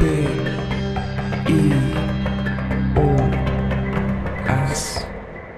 T-I-O-S.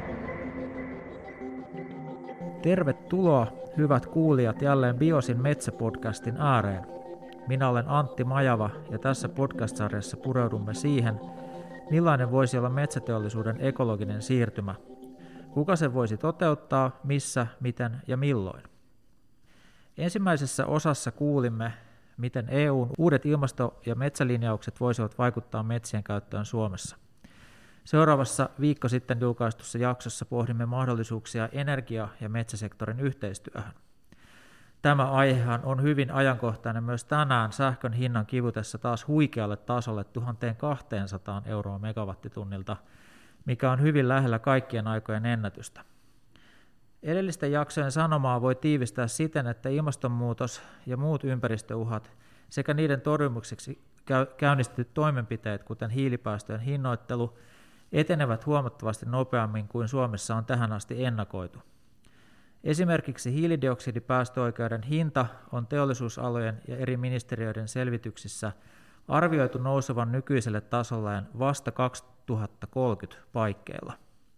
Tervetuloa, hyvät kuulijat, jälleen Biosin metsäpodcastin ääreen. Minä olen Antti Majava ja tässä podcast-sarjassa pureudumme siihen, millainen voisi olla metsäteollisuuden ekologinen siirtymä. Kuka sen voisi toteuttaa, missä, miten ja milloin. Ensimmäisessä osassa kuulimme, miten EUn uudet ilmasto- ja metsälinjaukset voisivat vaikuttaa metsien käyttöön Suomessa. Seuraavassa viikko sitten julkaistussa jaksossa pohdimme mahdollisuuksia energia- ja metsäsektorin yhteistyöhön. Tämä aihehan on hyvin ajankohtainen myös tänään sähkön hinnan kivutessa taas huikealle tasolle 1200 € megawattitunnilta, mikä on hyvin lähellä kaikkien aikojen ennätystä. Edellisten jaksojen sanomaa voi tiivistää siten, että ilmastonmuutos ja muut ympäristöuhat sekä niiden torjumukseksi käynnistetyt toimenpiteet, kuten hiilipäästöjen hinnoittelu, etenevät huomattavasti nopeammin kuin Suomessa on tähän asti ennakoitu. Esimerkiksi hiilidioksidipäästöoikeuden hinta on teollisuusalojen ja eri ministeriöiden selvityksissä arvioitu nousevan nykyiselle tasolleen vasta 2030 paikkeilla.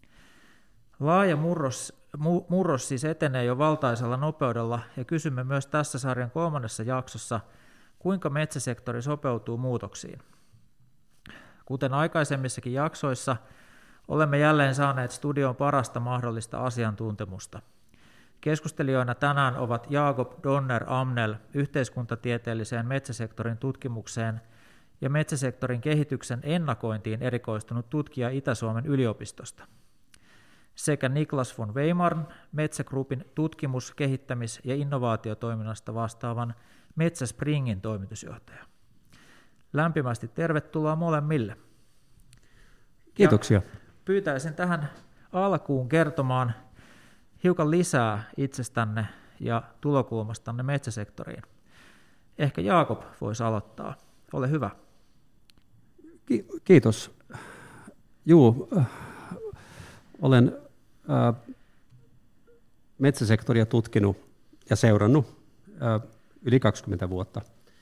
Laaja murros siis etenee jo valtaisella nopeudella ja kysymme myös tässä sarjan 3. jaksossa, kuinka metsäsektori sopeutuu muutoksiin. Kuten aikaisemmissakin jaksoissa, olemme jälleen saaneet studioon parasta mahdollista asiantuntemusta. Keskustelijoina tänään ovat Jakob Donner-Amnell yhteiskuntatieteelliseen metsäsektorin tutkimukseen ja metsäsektorin kehityksen ennakointiin erikoistunut tutkija Itä-Suomen yliopistosta, sekä Niklas von Weimarn Metsä Groupin tutkimus-, kehittämis- ja innovaatiotoiminnasta vastaavan Metsä Springin toimitusjohtaja. Lämpimästi tervetuloa molemmille. Kiitoksia. Ja pyytäisin tähän alkuun kertomaan hiukan lisää itsestänne ja tulokulmastanne metsäsektoriin. Ehkä Jakob voisi aloittaa. Ole hyvä. Kiitos. Olen metsäsektoria tutkinut ja seurannut yli 20 vuotta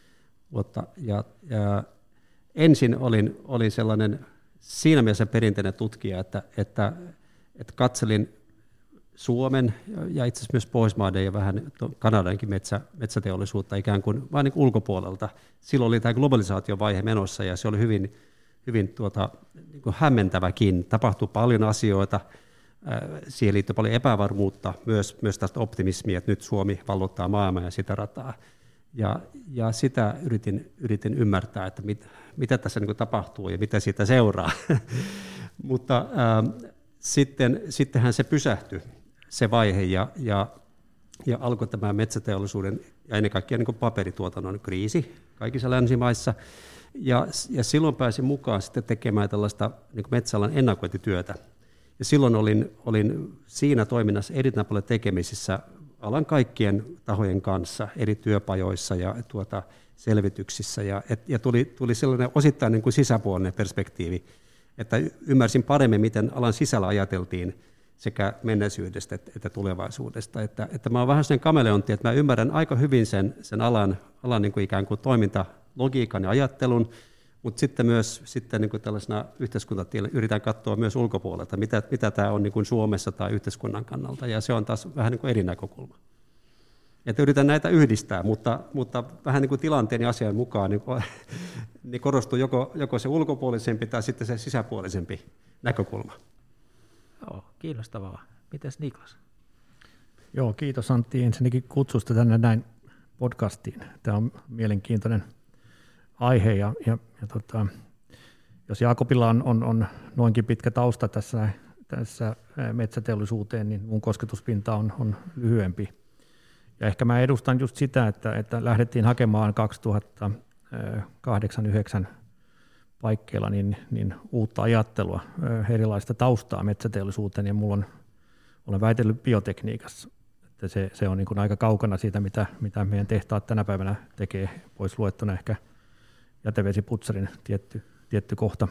ja ensin olin sellainen siinä mielessä perinteinen tutkija, että katselin Suomen ja itse asiassa myös Pohjoismaiden ja vähän Kanadankin metsäteollisuutta ikään kuin vain niin ulkopuolelta. Silloin oli tämä globalisaatiovaihe menossa ja se oli hyvin niin kuin hämmentäväkin. Tapahtui paljon asioita, siihen liittyy paljon epävarmuutta, myös tästä optimismia, että nyt Suomi vallottaa maailmaa ja sitä rataa. Ja sitä yritin ymmärtää, että mitä tässä niin kuin tapahtuu ja mitä siitä seuraa. Mutta sittenhän se pysähtyi, se vaihe, ja alkoi tämä metsäteollisuuden ja ennen kaikkea niin kuin paperituotannon kriisi kaikissa länsimaissa. Ja silloin pääsin mukaan sitten tekemään tällaista niin kuin metsäalan ennakointityötä. Ja silloin olin siinä toiminnassa erittäin paljon tekemisissä alan kaikkien tahojen kanssa eri työpajoissa ja selvityksissä. Ja tuli sellainen osittain niin kuin sisäpuolinen perspektiivi, että ymmärsin paremmin, miten alan sisällä ajateltiin sekä menneisyydestä että tulevaisuudesta. Että mä oon vähän sellainen kameleontti, että mä ymmärrän aika hyvin sen alan niin kuin ikään kuin toimintalogiikan ja ajattelun, mutta sitten myös niin kuin tällaisena yhteiskuntatiellä yritän katsoa myös ulkopuolelta, mitä tämä on niin kuin Suomessa tai yhteiskunnan kannalta, ja se on taas vähän niin kuin eri näkökulma. Että yritän näitä yhdistää, mutta vähän niin kuin tilanteen ja asian mukaan niin korostuu joko se ulkopuolisempi tai sitten se sisäpuolisempi näkökulma. Joo, kiinnostavaa. Mites Niklas? Joo, kiitos Antti ensinnäkin kutsusta tänne näin podcastiin. Tämä on mielenkiintoinen aihe ja jos Jakobilla on noinkin pitkä tausta tässä metsäteollisuuteen, niin mun kosketuspinta on lyhyempi. Ja ehkä mä edustan just sitä, että lähdettiin hakemaan 2008-2009 paikkeilla niin uutta ajattelua, erilaista taustaa metsäteollisuuteen, ja olen väitellyt biotekniikassa, että se on niin kuin aika kaukana siitä, mitä meidän tehtaat tänä päivänä tekee, pois luettuna ehkä jätevesiputsarin tietty kohta.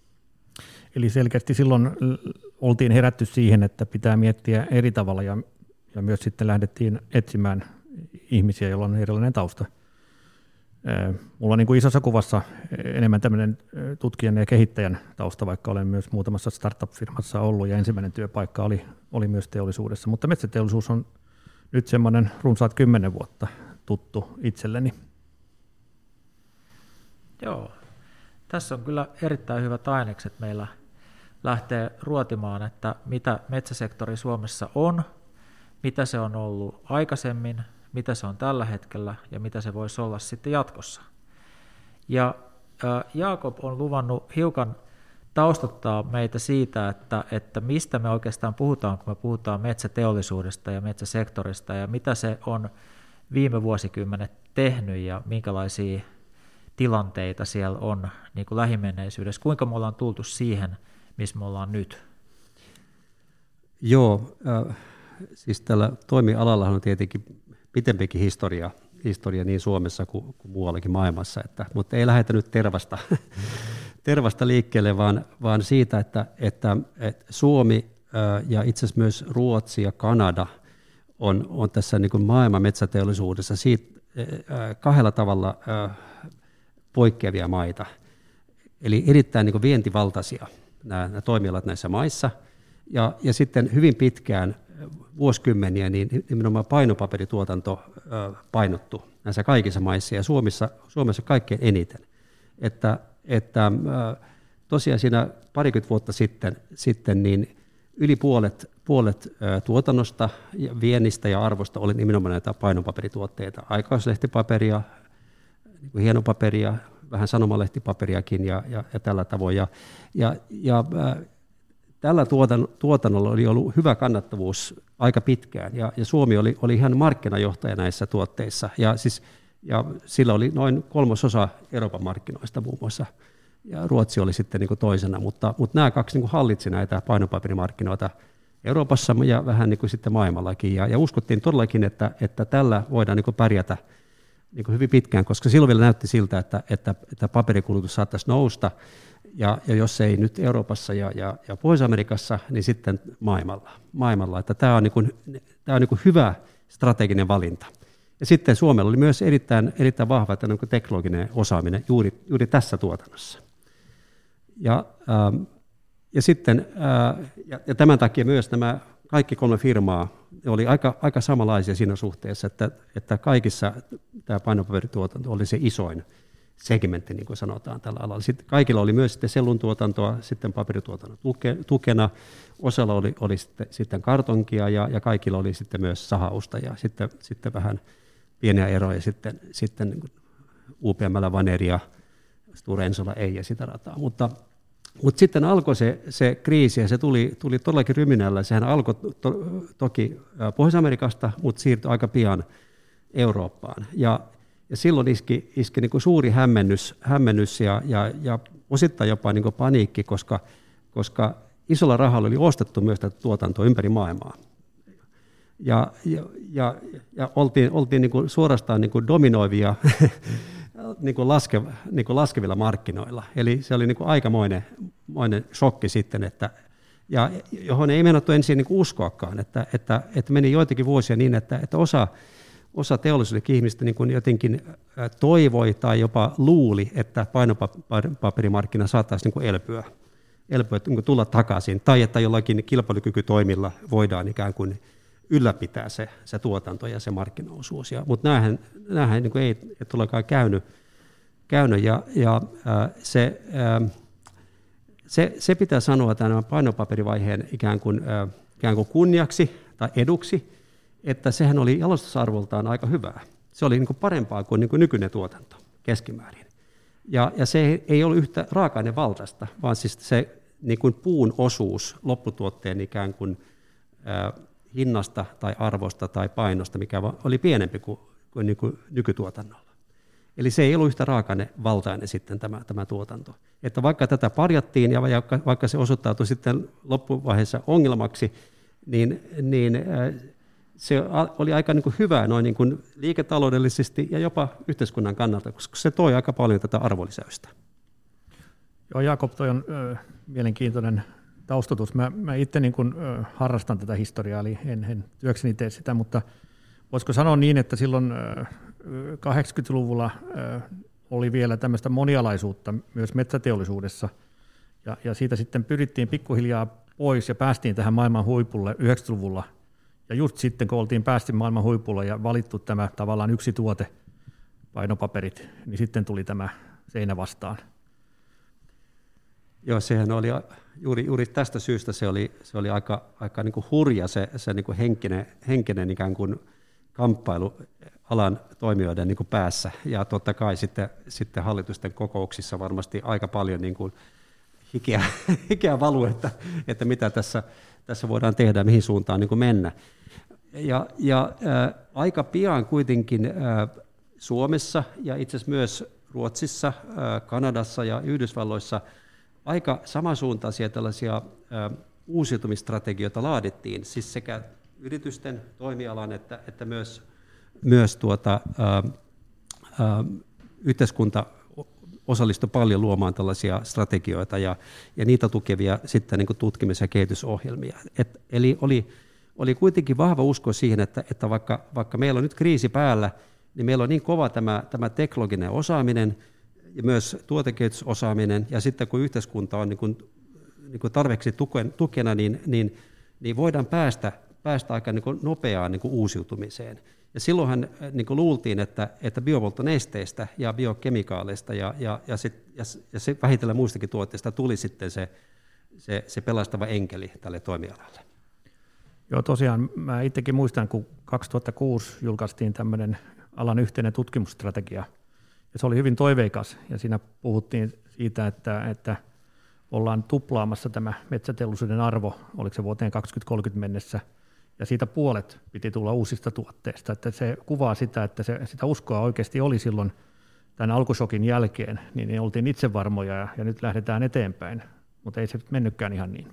Eli selkeästi silloin oltiin herätty siihen, että pitää miettiä eri tavalla, ja myös sitten lähdettiin etsimään ihmisiä, joilla on erilainen tausta. Mulla on niin kuin isossa kuvassa enemmän tämmöinen tutkijan ja kehittäjän tausta, vaikka olen myös muutamassa startup-firmassa ollut ja ensimmäinen työpaikka oli myös teollisuudessa, mutta metsäteollisuus on nyt semmoinen runsaat 10 vuotta tuttu itselleni. Joo, tässä on kyllä erittäin hyvät ainekset meillä lähtee ruotimaan, että mitä metsäsektori Suomessa on, mitä se on ollut aikaisemmin, mitä se on tällä hetkellä ja mitä se voisi olla sitten jatkossa. Ja Jaakob on luvannut hiukan taustottaa meitä siitä, että mistä me oikeastaan puhutaan, kun me puhutaan metsäteollisuudesta ja metsäsektorista ja mitä se on viime vuosikymmenet tehnyt ja minkälaisia tilanteita siellä on niin kuin lähimenneisyydessä, kuinka me ollaan tultu siihen, missä me ollaan nyt. Joo, siis tällä toimialalla on tietenkin pitempikin historia niin Suomessa kuin muuallakin maailmassa, mutta ei lähdetä nyt tervasta liikkeelle, vaan siitä, että Suomi ja itse asiassa myös Ruotsi ja Kanada on tässä niin kuin maailman metsäteollisuudessa siitä, kahdella tavalla poikkeavia maita, eli erittäin niin kuin vientivaltaisia nämä toimialat näissä maissa, ja sitten hyvin pitkään vuosikymmeniä niin nimenomaan painopaperituotanto painottu näissä kaikissa maissa ja Suomessa kaikkein eniten. Että tosiaan siinä parikymmentä vuotta sitten niin yli puolet tuotannosta, ja viennistä ja arvosta oli nimenomaan näitä painopaperituotteita, aikauslehtipaperia, niin kuin hienopaperia, vähän sanomalehtipaperiakin ja tällä tavoin. Ja tällä tuotannolla oli ollut hyvä kannattavuus aika pitkään, ja Suomi oli ihan markkinajohtaja näissä tuotteissa, ja sillä oli noin 1/3 Euroopan markkinoista muun muassa, ja Ruotsi oli sitten niin kuin toisena, mutta nämä kaksi niin kuin hallitsi näitä painopaperimarkkinoita Euroopassa ja vähän niin kuin sitten maailmallakin, ja uskottiin todellakin, että tällä voidaan niin kuin pärjätä niin kuin hyvin pitkään, koska silloin vielä näytti siltä, että paperikulutus saattaisi nousta, ja jos ei nyt Euroopassa ja Pohjois-Amerikassa, niin sitten maailmalla. Että tämä on niin kuin hyvä strateginen valinta. Ja sitten Suomella oli myös erittäin vahva niin kuin teknologinen osaaminen juuri tässä tuotannossa. Ja sitten ja tämän takia myös nämä kaikki 3 firmaa oli aika samanlaisia siinä suhteessa, että kaikissa tämä painopaperituotanto oli se isoin segmentti, niin kuin sanotaan tällä alalla. Sitten kaikilla oli myös sitten selluntuotantoa, sitten paperituotannon tukena, osalla oli sitten kartonkia ja kaikilla oli sitten myös sahausta ja sitten vähän pieniä eroja sitten niin UPM:llä Vaneria, Stora Ensolla ei ja sitä rataa. Mutta sitten alkoi se kriisi ja se tuli todellakin ryminällä. Sehän alkoi toki Pohjois-Amerikasta, mutta siirtyi aika pian Eurooppaan. Ja silloin iski niin kuin suuri hämmennys ja osittain jopa niin kuin paniikki, koska isolla rahalla oli ostettu myös tätä tuotantoa ympäri maailmaa. Ja oltiin niin kuin suorastaan niin kuin dominoivia niin kuin laskevilla markkinoilla. Eli se oli niin kuin aikamoinen shokki sitten, ja johon ei meinattu ensin niin kuin uskoakaan, että meni joitakin vuosia niin, että osa teollisuuden ihmistä niin kuin jotenkin toivoi tai jopa luuli, että painopaperimarkkina saattaisi niin kuin elpyä niin kuin tulla takaisin, tai että jollakin kilpailukykytoimilla voidaan ikään kuin ylläpitää se tuotanto ja se markkinaosuus. Mutta näähän niin kuin ei todellakaan käynyt ja se pitää sanoa tämän painopaperivaiheen ikään kuin kunniaksi tai eduksi, että sehän oli jalostusarvoltaan aika hyvää. Se oli niin kuin parempaa kuin nykyinen tuotanto keskimäärin. Ja se ei ollut yhtä raaka-ainevaltaista, vaan siis se niin kuin puun osuus lopputuotteen ikään kuin hinnasta tai arvosta tai painosta, mikä oli pienempi kuin nykytuotannolla. Eli se ei ollut yhtä raaka-ainevaltainen sitten tämä tuotanto. Että vaikka tätä parjattiin ja vaikka se osoittautui sitten loppuvaiheessa ongelmaksi, niin se oli aika niin kuin hyvä noin niin kuin liiketaloudellisesti ja jopa yhteiskunnan kannalta, koska se toi aika paljon tätä arvonlisäystä. Joo, Jaakob, toi on mielenkiintoinen taustatus. Mä itse niin kuin harrastan tätä historiaa, eli en työkseni tee sitä, mutta Voisiko sanoa niin, että silloin 80-luvulla oli vielä tämmöistä monialaisuutta myös metsäteollisuudessa, ja siitä sitten pyrittiin pikkuhiljaa pois ja päästiin tähän maailman huipulle 90-luvulla. Ja just sitten, kun oltiin päästy maailman huipulle ja valittu tämä tavallaan yksi tuote, painopaperit, niin sitten tuli tämä seinä vastaan. Joo, sehän oli juuri tästä syystä se oli aika niin kuin hurja se niin kuin henkinen ikään kuin kamppailu alan toimijoiden niin kuin päässä. Ja totta kai sitten hallitusten kokouksissa varmasti aika paljon niin kuin hikeä valuu, että mitä tässä voidaan tehdä, mihin suuntaan niin kuin mennä. Ja aika pian kuitenkin Suomessa ja itse asiassa myös Ruotsissa, Kanadassa ja Yhdysvalloissa aika samansuuntaisia tällaisia uusiutumistrategioita laadittiin, siis sekä yritysten toimialan että myös yhteiskunta osallistui paljon luomaan tällaisia strategioita ja niitä tukevia sitten niin kuin tutkimus- ja kehitysohjelmia. Eli oli kuitenkin vahva usko siihen, että vaikka meillä on nyt kriisi päällä, niin meillä on niin kova tämä teknologinen osaaminen ja myös tuotekehitysosaaminen, ja sitten kun yhteiskunta on niin kuin tarpeeksi tukena, niin voidaan päästä aika niin kuin nopeaan niin kuin uusiutumiseen. Ja silloinhan niin kuin luultiin, että biopolttonesteistä ja biokemikaaleista ja se vähitellen muistakin tuotteista tuli sitten se pelastava enkeli tälle toimialalle. Joo, tosiaan mä itsekin muistan, kun 2006 julkaistiin tämmöinen alan yhteinen tutkimusstrategia, ja se oli hyvin toiveikas, ja siinä puhuttiin siitä, että ollaan tuplaamassa tämä metsäteollisuuden arvo, oliko se vuoteen 2030 mennessä, ja siitä puolet piti tulla uusista tuotteista. Että se kuvaa sitä, että sitä uskoa oikeasti oli silloin tämän alkushokin jälkeen, niin oltiin itsevarmoja ja nyt lähdetään eteenpäin, mutta ei se mennytkään ihan niin.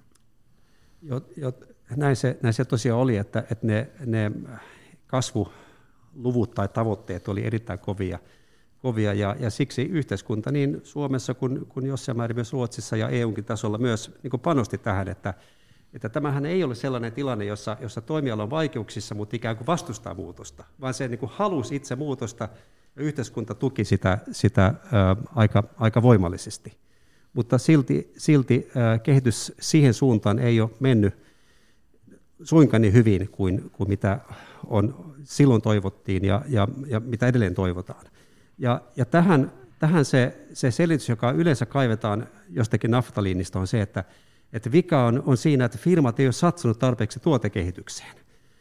Näin se tosiaan oli, että ne kasvuluvut tai tavoitteet oli erittäin kovia ja siksi yhteiskunta niin Suomessa kuin jossain määrin myös Ruotsissa ja EU:nkin tasolla myös niin kuin panosti tähän, että tämähän ei ole sellainen tilanne, jossa toimiala on vaikeuksissa, mutta ikään kuin vastustaa muutosta, vaan se niin kuin halusi itse muutosta ja yhteiskunta tuki sitä aika voimallisesti. Mutta silti kehitys siihen suuntaan ei ole mennyt suinkaan niin hyvin kuin mitä silloin toivottiin ja mitä edelleen toivotaan. Ja tähän se selitys, joka yleensä kaivetaan jostakin naftaliinista, on se, että vika on siinä, että firmat ei ole satsannut tarpeeksi tuotekehitykseen.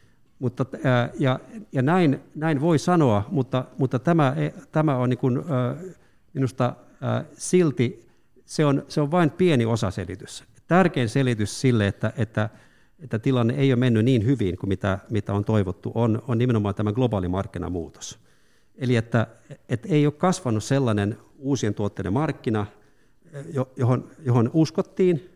Ja näin voi sanoa, mutta tämä on niin kuin, minusta silti se on vain pieni osaselitys. Tärkein selitys sille, että tilanne ei ole mennyt niin hyvin kuin mitä on toivottu, on nimenomaan tämä globaali markkinamuutos. Eli että ei ole kasvanut sellainen uusien tuotteiden markkina, johon uskottiin,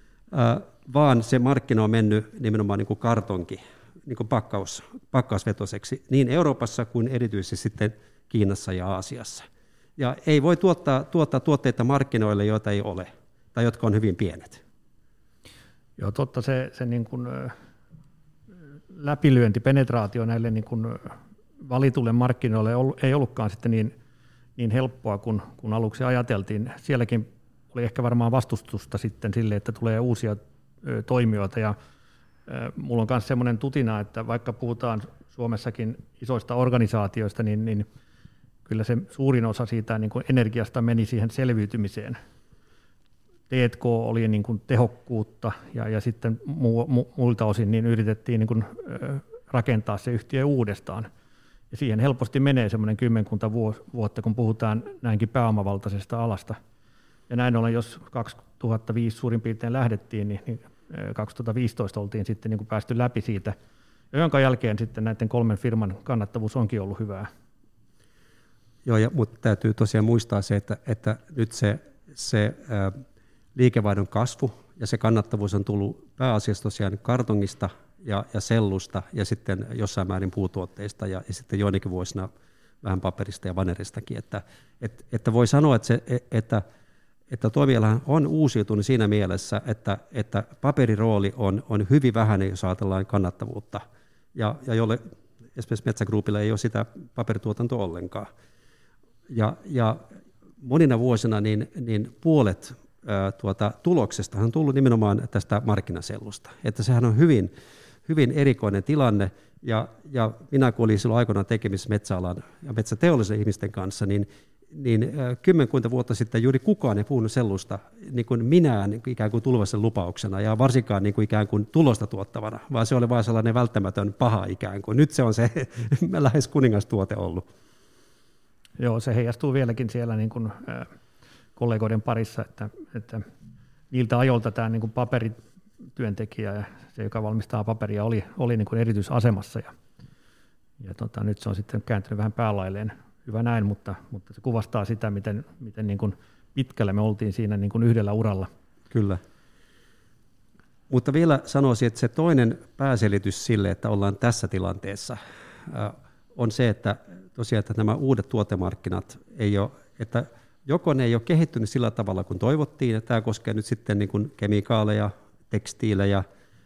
vaan se markkina on mennyt nimenomaan niin kuin kartonki, niin kuin pakkausvetoiseksi niin Euroopassa kuin erityisesti sitten Kiinassa ja Aasiassa. Ja ei voi tuottaa tuotteita markkinoille, joita ei ole tai jotka on hyvin pienet. Joo, totta. Se niin kuin läpilyönti, penetraatio näille niin kuin valitulle markkinoille ei ollutkaan sitten niin helppoa kuin aluksi ajateltiin. Sielläkin oli ehkä varmaan vastustusta sitten sille, että tulee uusia toimijoita. Ja mulla on myös semmoinen tutina, että vaikka puhutaan Suomessakin isoista organisaatioista, niin kyllä se suurin osa siitä niin kuin energiasta meni siihen selviytymiseen. T&K oli niin kuin tehokkuutta ja sitten muilta osin niin yritettiin niin kuin rakentaa se yhtiö uudestaan. Ja siihen helposti menee semmoinen 10 vuotta, kun puhutaan näinkin pääomavaltaisesta alasta. Ja näin ollen, jos 2005 suurin piirtein lähdettiin, niin 2015 oltiin sitten niin kuin päästy läpi siitä, jonka jälkeen sitten näiden 3 firman kannattavuus onkin ollut hyvää. Joo, mutta täytyy tosiaan muistaa se, että nyt se liikevaihdon kasvu ja se kannattavuus on tullut pääasiassa tosiaan kartongista ja sellusta ja sitten jossain määrin puutuotteista ja sitten joinakin vuosina vähän paperista ja vaneristakin. Että voi sanoa, että toimialahan on uusiutunut siinä mielessä, että paperirooli on hyvin vähäinen, jos ajatellaan kannattavuutta, ja esimerkiksi Metsä Groupilla ei ole sitä paperituotantoa ollenkaan. Ja monina vuosina niin puolet tuloksesta on tullut nimenomaan tästä markkinasellusta. Että sehän on hyvin, hyvin erikoinen tilanne, ja minä kun olin silloin aikoinaan tekemisissä metsäalan ja metsäteollisen ihmisten kanssa, niin kymmenkunta vuotta sitten juuri kukaan ei puhunut sellusta niin kuin minään niin kuin ikään kuin tulvasen lupauksena ja varsinkaan niin kuin ikään kuin tulosta tuottavana, vaan se oli vain sellainen välttämätön paha ikään kuin. Nyt se on se lähes kuningastuote ollut. Joo, se heijastuu vieläkin siellä niin kuin, kollegoiden parissa, että niiltä ajoilta tämä niin kuin paperityöntekijä ja se, joka valmistaa paperia, oli niin kuin erityisasemassa ja nyt se on sitten kääntynyt vähän päälailleen. Hyvä näin, mutta se kuvastaa sitä, miten niin kuin pitkälle me oltiin siinä niin kuin yhdellä uralla. Kyllä. Mutta vielä sanoisin, että se toinen pääselitys sille, että ollaan tässä tilanteessa, on se, että tosiaan että nämä uudet tuotemarkkinat ei ole, että joko ne ei ole kehittynyt sillä tavalla kuin toivottiin, että tämä koskee nyt sitten niin kuin kemikaaleja, tekstiilejä,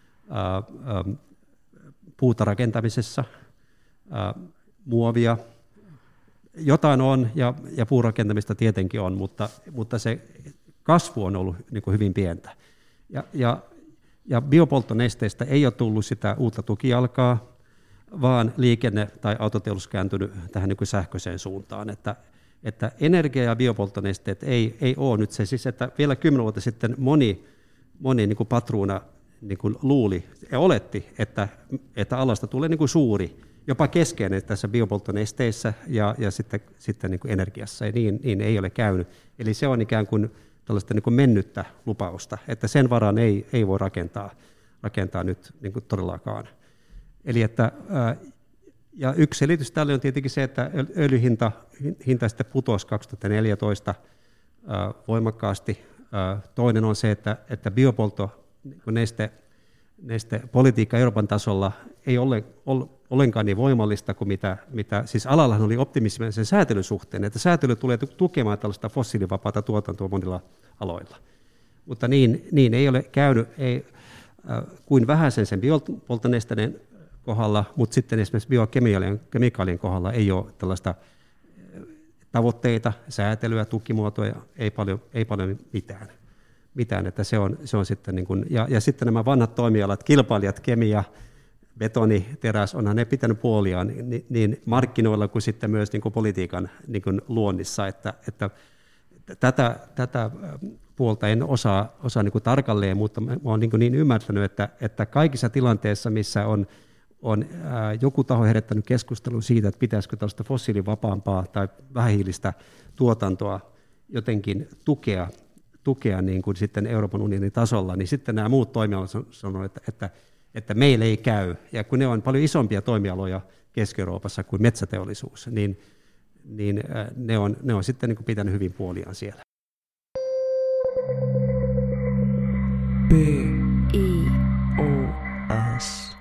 puuta muovia. Jotain on, ja puurakentamista tietenkin on, mutta se kasvu on ollut niin kuin hyvin pientä. Ja biopolttonesteistä ei ole tullut sitä uutta tukijalkaa, vaan liikenne- tai autoteollisuus kääntynyt tähän niin kuin sähköiseen suuntaan. Että energia- ja biopolttonesteet ei ole nyt se, siis että vielä 10 vuotta sitten moni niin kuin patruuna niin kuin luuli ja oletti, että alasta tulee niin kuin suuri, jopa keskeinen tässä biopolttonesteissä ja sitten niin kuin energiassa, ja niin ei ole käynyt. Eli se on ikään kuin tällaista niin kuin mennyttä lupausta, että sen varaan ei voi rakentaa nyt niin kuin todellakaan. Eli ja yksi selitys tälle on tietenkin se, että öljyhinta sitten putosi 2014 voimakkaasti. Toinen on se, että biopolttonestepolitiikka Euroopan tasolla ei ole ollenkaan niin voimallista kuin mitä siis alallahan oli optimismisen säätelyn suhteen, että säätely tulee tukemaan tällaista fossiilivapaata tuotantoa monilla aloilla. Mutta niin ei ole käynyt kuin vähäisen sen biopolttonesteiden kohdalla, mutta sitten esimerkiksi biokemikaalien kohdalla ei ole tällaista tavoitteita, säätelyä, tukimuotoja, ei paljon mitään, että se on sitten niin kuin, ja sitten nämä vanhat toimialat, kilpailijat, kemia, betoni, teräs, onhan ne pitänyt puoliaan niin markkinoilla kuin sitten myös niin kuin politiikan niin kuin luonnissa, että tätä puolta en osaa niin kuin tarkalleen, mutta mä olen niin ymmärtänyt, että kaikissa tilanteissa, missä on joku taho herättänyt keskustelun siitä, että pitäisikö tällaista fossiilivapaampaa tai vähähiilistä tuotantoa jotenkin tukea niin kuin sitten Euroopan unionin tasolla, niin sitten nämä muut toimialat sanovat, että meillä ei käy. Ja kun ne on paljon isompia toimialoja Keski-Euroopassa kuin metsäteollisuus, niin ne on sitten niin kuin pitänyt hyvin puoliaan siellä. BIOS.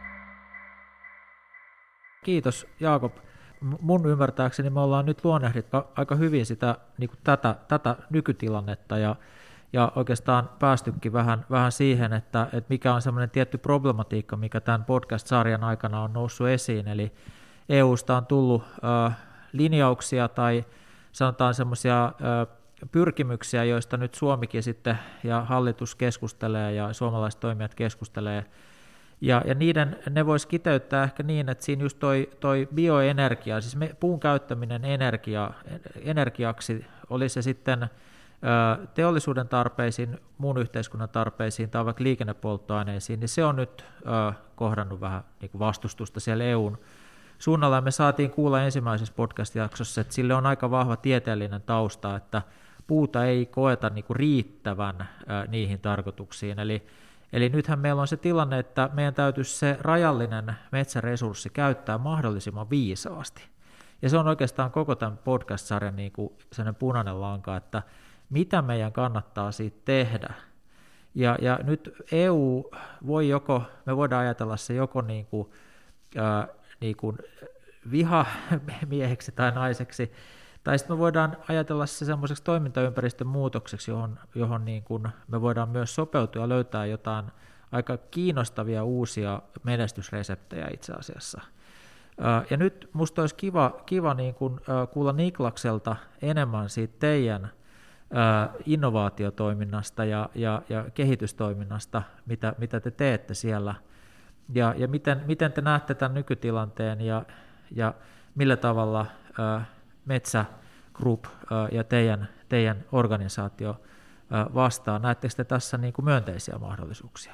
Kiitos Jaakob. Mun ymmärtääkseni me ollaan nyt luonnehdittu aika hyvin sitä, niin kuin tätä nykytilannetta ja oikeastaan päästykin vähän siihen, että mikä on semmoinen tietty problematiikka, mikä tämän podcast-sarjan aikana on noussut esiin. Eli EUsta on tullut linjauksia tai sanotaan semmoisia pyrkimyksiä, joista nyt Suomikin sitten ja hallitus keskustelee ja suomalaiset toimijat keskustelee. Ja ne voisi kiteyttää ehkä niin, että siinä just toi bioenergia, siis puun käyttäminen energiaksi, oli se sitten teollisuuden tarpeisiin, muun yhteiskunnan tarpeisiin tai vaikka liikennepolttoaineisiin, niin se on nyt kohdannut vähän niin kuin vastustusta siellä EUn suunnalla. Me saatiin kuulla ensimmäisessä podcast-jaksossa, että sille on aika vahva tieteellinen tausta, että puuta ei koeta niin kuin riittävän niihin tarkoituksiin. Eli nythän meillä on se tilanne, että meidän täytyisi se rajallinen metsäresurssi käyttää mahdollisimman viisaasti. Ja se on oikeastaan koko tämän podcast-sarjan niin kuin sellainen punainen lanka, että mitä meidän kannattaa siitä tehdä. Ja nyt EU voi me voidaan ajatella se joko niin kuin vihamieheksi tai naiseksi, tai sitten me voidaan ajatella se semmoiseksi toimintaympäristön muutokseksi, johon niin kuin me voidaan myös sopeutua ja löytää jotain aika kiinnostavia uusia menestysreseptejä itse asiassa. Ja nyt musta olisi kiva niin kuin kuulla Niklakselta enemmän siitä teidän innovaatiotoiminnasta ja kehitystoiminnasta, mitä te teette siellä, ja miten te näette tämän nykytilanteen ja millä tavalla Metsä Group ja teidän organisaatio vastaa. Näettekö te tässä niin kuin myönteisiä mahdollisuuksia?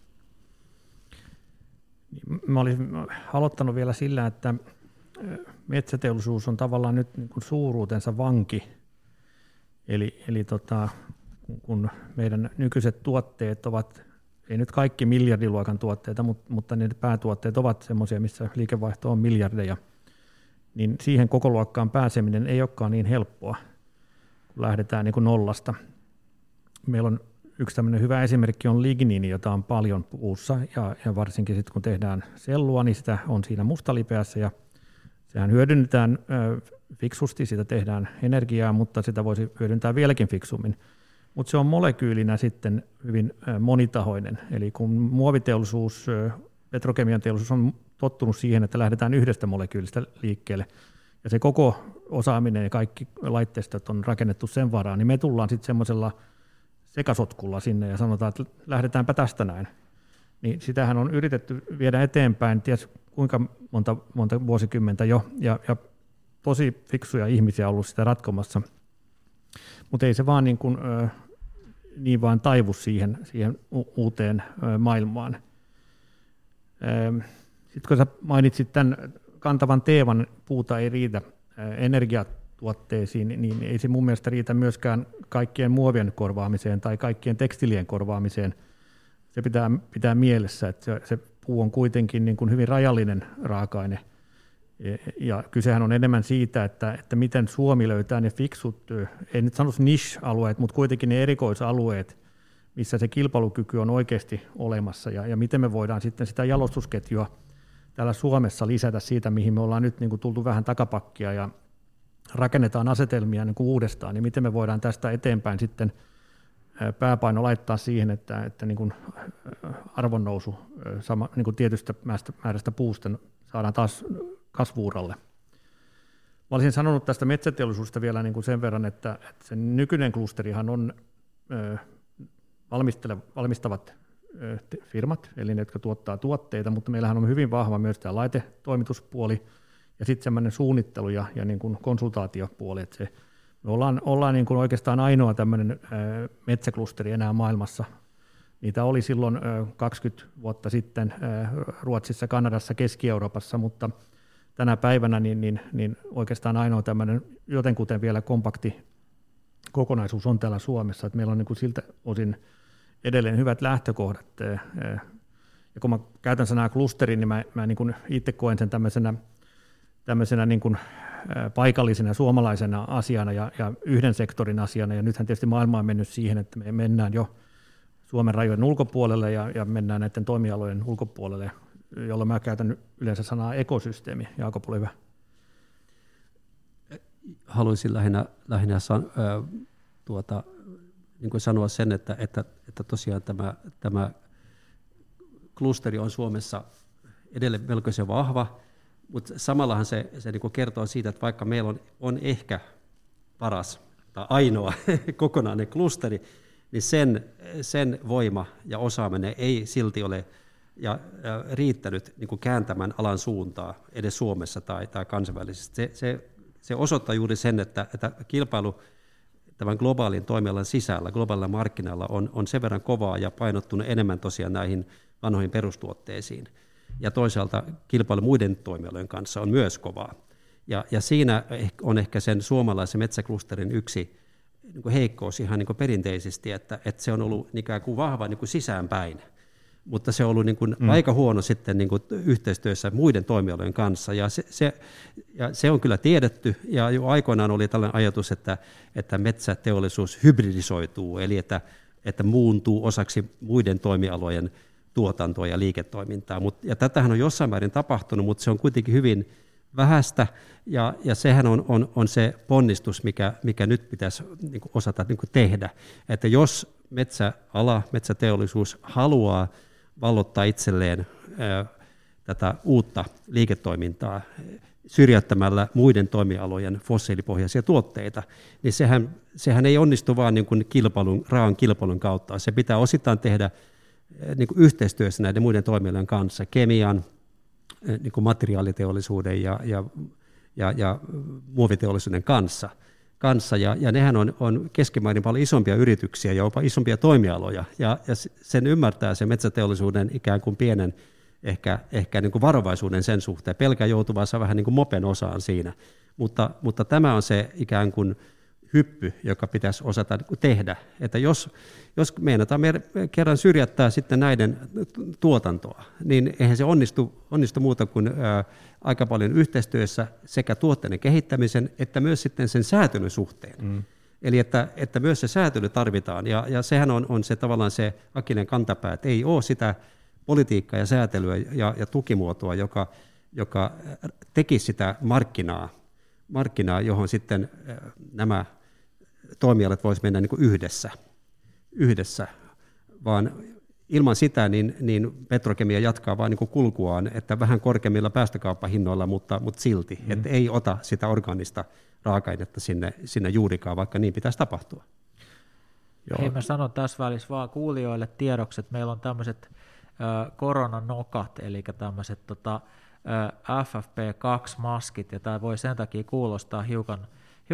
Mä olisin aloittanut vielä sillä, että metsäteollisuus on tavallaan nyt niin kuin suuruutensa vanki. Eli kun meidän nykyiset tuotteet ovat, ei nyt kaikki miljardiluokan tuotteita, mutta ne päätuotteet ovat semmoisia, missä liikevaihto on miljardeja, niin siihen kokoluokkaan pääseminen ei olekaan niin helppoa, kun lähdetään niin kuin nollasta. Meillä on yksi tämmöinen hyvä esimerkki on ligniini, jota on paljon puussa, ja varsinkin sitten kun tehdään sellua, niin sitä on siinä mustalipeässä, ja sehän hyödynnetään fiksusti, siitä tehdään energiaa, mutta sitä voisi hyödyntää vieläkin fiksummin. Mutta se on molekyylinä sitten hyvin monitahoinen, eli kun muoviteollisuus, petrokemian teollisuus on tottunut siihen, että lähdetään yhdestä molekyylistä liikkeelle, ja se koko osaaminen ja kaikki laitteistot on rakennettu sen varaan, niin me tullaan sitten semmoisella sekasotkulla sinne ja sanotaan, että lähdetäänpä tästä näin. Niin sitähän on yritetty viedä eteenpäin, ties kuinka monta vuosikymmentä jo, ja tosi fiksuja ihmisiä on ollut sitä ratkomassa, mutta ei se vaan niin vaan taivu siihen uuteen maailmaan. Sitten kun sä mainitsit tämän kantavan teeman, puuta ei riitä energiatuotteisiin, niin ei se mun mielestä riitä myöskään kaikkien muovien korvaamiseen tai kaikkien tekstiilien korvaamiseen. Se pitää mielessä, että se puu on kuitenkin niin kuin hyvin rajallinen raaka-aine. Ja kysehän on enemmän siitä, että miten Suomi löytää ne fiksut, ei nyt sanoisi niche-alueet, mutta kuitenkin ne erikoisalueet, missä se kilpailukyky on oikeasti olemassa, ja miten me voidaan sitten sitä jalostusketjua täällä Suomessa lisätä siitä, mihin me ollaan nyt niin kuin tultu vähän takapakkia ja rakennetaan asetelmia niin kuin uudestaan, niin miten me voidaan tästä eteenpäin sitten pääpaino laittaa siihen, että niin kuin arvonnousu niin kuin tietystä määrästä puusta saadaan taas kasvu-uralle. Mä olisin sanonut tästä metsäteollisuudesta vielä niin kuin sen verran, että se nykyinen klusterihan on valmistavat firmat, eli ne, jotka tuottaa tuotteita, mutta meillähän on hyvin vahva myös tämä laitetoimituspuoli ja sitten semmoinen suunnittelu ja niin kuin konsultaatiopuoli, että me ollaan niin kuin oikeastaan ainoa tämmöinen metsäklusteri enää maailmassa. Niitä oli silloin 20 vuotta sitten Ruotsissa, Kanadassa, Keski-Euroopassa, mutta tänä päivänä niin oikeastaan ainoa tämmöinen jotenkuten vielä kompakti kokonaisuus on täällä Suomessa, että meillä on niin kuin siltä osin edelleen hyvät lähtökohdat. Ja kun mä käytän sanaa klusteri, niin mä niin kuin itse koen sen tämmöisenä niin kuin paikallisena suomalaisena asiana ja yhden sektorin asiana, ja nythän tietysti maailma on mennyt siihen, että me mennään jo Suomen rajojen ulkopuolelle ja mennään näiden toimialojen ulkopuolelle, jolloin mä käytän yleensä sanaa ekosysteemi. Jaakob, ole hyvä. Haluaisin lähinnä niin kuin sanoa sen, että tosiaan tämä klusteri on Suomessa edelleen melkoisen vahva, mutta samallahan se niin kuin kertoo siitä, että vaikka meillä on ehkä paras tai ainoa kokonainen klusteri, niin sen voima ja osaaminen ei silti ole riittänyt niin kuin kääntämään alan suuntaa edes Suomessa tai kansainvälisesti. Se osoittaa juuri sen, että kilpailu tämän globaalin toimialan sisällä, globaalilla markkinalla on sen verran kovaa ja painottunut enemmän tosiaan näihin vanhoihin perustuotteisiin. Ja toisaalta kilpailu muiden toimialojen kanssa on myös kovaa. Ja siinä on ehkä sen suomalaisen metsäklusterin yksi niin kuin heikkous ihan niin kuin perinteisesti, että se on ollut ikään kuin vahva niin kuin sisäänpäin, mutta se on ollut niin kuin aika huono sitten niin kuin yhteistyössä muiden toimialojen kanssa. Ja se on kyllä tiedetty, ja jo aikoinaan oli tällainen ajatus, että metsäteollisuus hybridisoituu, eli että muuntuu osaksi muiden toimialojen tuotantoa ja liiketoimintaa. Ja tätähän on jossain määrin tapahtunut, mutta se on kuitenkin hyvin vähäistä, ja sehän on se ponnistus, mikä nyt pitäisi niin kuin osata niin kuin tehdä. Että jos metsäteollisuus haluaa vallottaa itselleen tätä uutta liiketoimintaa syrjäyttämällä muiden toimialojen fossiilipohjaisia tuotteita, niin sehän ei onnistu vaan niin kuin raan kilpailun kautta. Se pitää osittain tehdä niin kuin yhteistyössä näiden muiden toimialojen kanssa, kemian, niin kuin materiaaliteollisuuden ja muoviteollisuuden kanssa. Ja nehän on keskimäärin paljon isompia yrityksiä ja jopa isompia toimialoja, ja sen ymmärtää se metsäteollisuuden ikään kuin pienen ehkä niin kuin varovaisuuden sen suhteen, pelkää joutuvansa vähän niin kuin mopen osaan siinä, mutta tämä on se ikään kuin hyppy, joka pitäisi osata tehdä, että jos meinataan kerran syrjättää sitten näiden tuotantoa, niin eihän se onnistu muuta kuin aika paljon yhteistyössä sekä tuotteiden kehittämisen että myös sitten sen säätelyn suhteen. Eli että myös se säätely tarvitaan, ja sehän on se tavallaan se akillinen kantapää, että ei ole sitä politiikkaa ja säätelyä ja tukimuotoa, joka tekisi sitä markkinaa, johon sitten nämä toimialat voisivat mennä niin kuin yhdessä, vaan ilman sitä niin petrokemia jatkaa vain niin kuin kulkuaan, että vähän korkeammilla päästökauppahinnoilla, mutta silti, että ei ota sitä orgaanista raaka-ainetta sinne juurikaan, vaikka niin pitäisi tapahtua. Joo. Hei, mä sanon tässä välissä vaan kuulijoille tiedoksi, että meillä on tämmöiset koronanokat, eli tämmöiset FFP2-maskit, ja tämä voi sen takia kuulostaa hiukan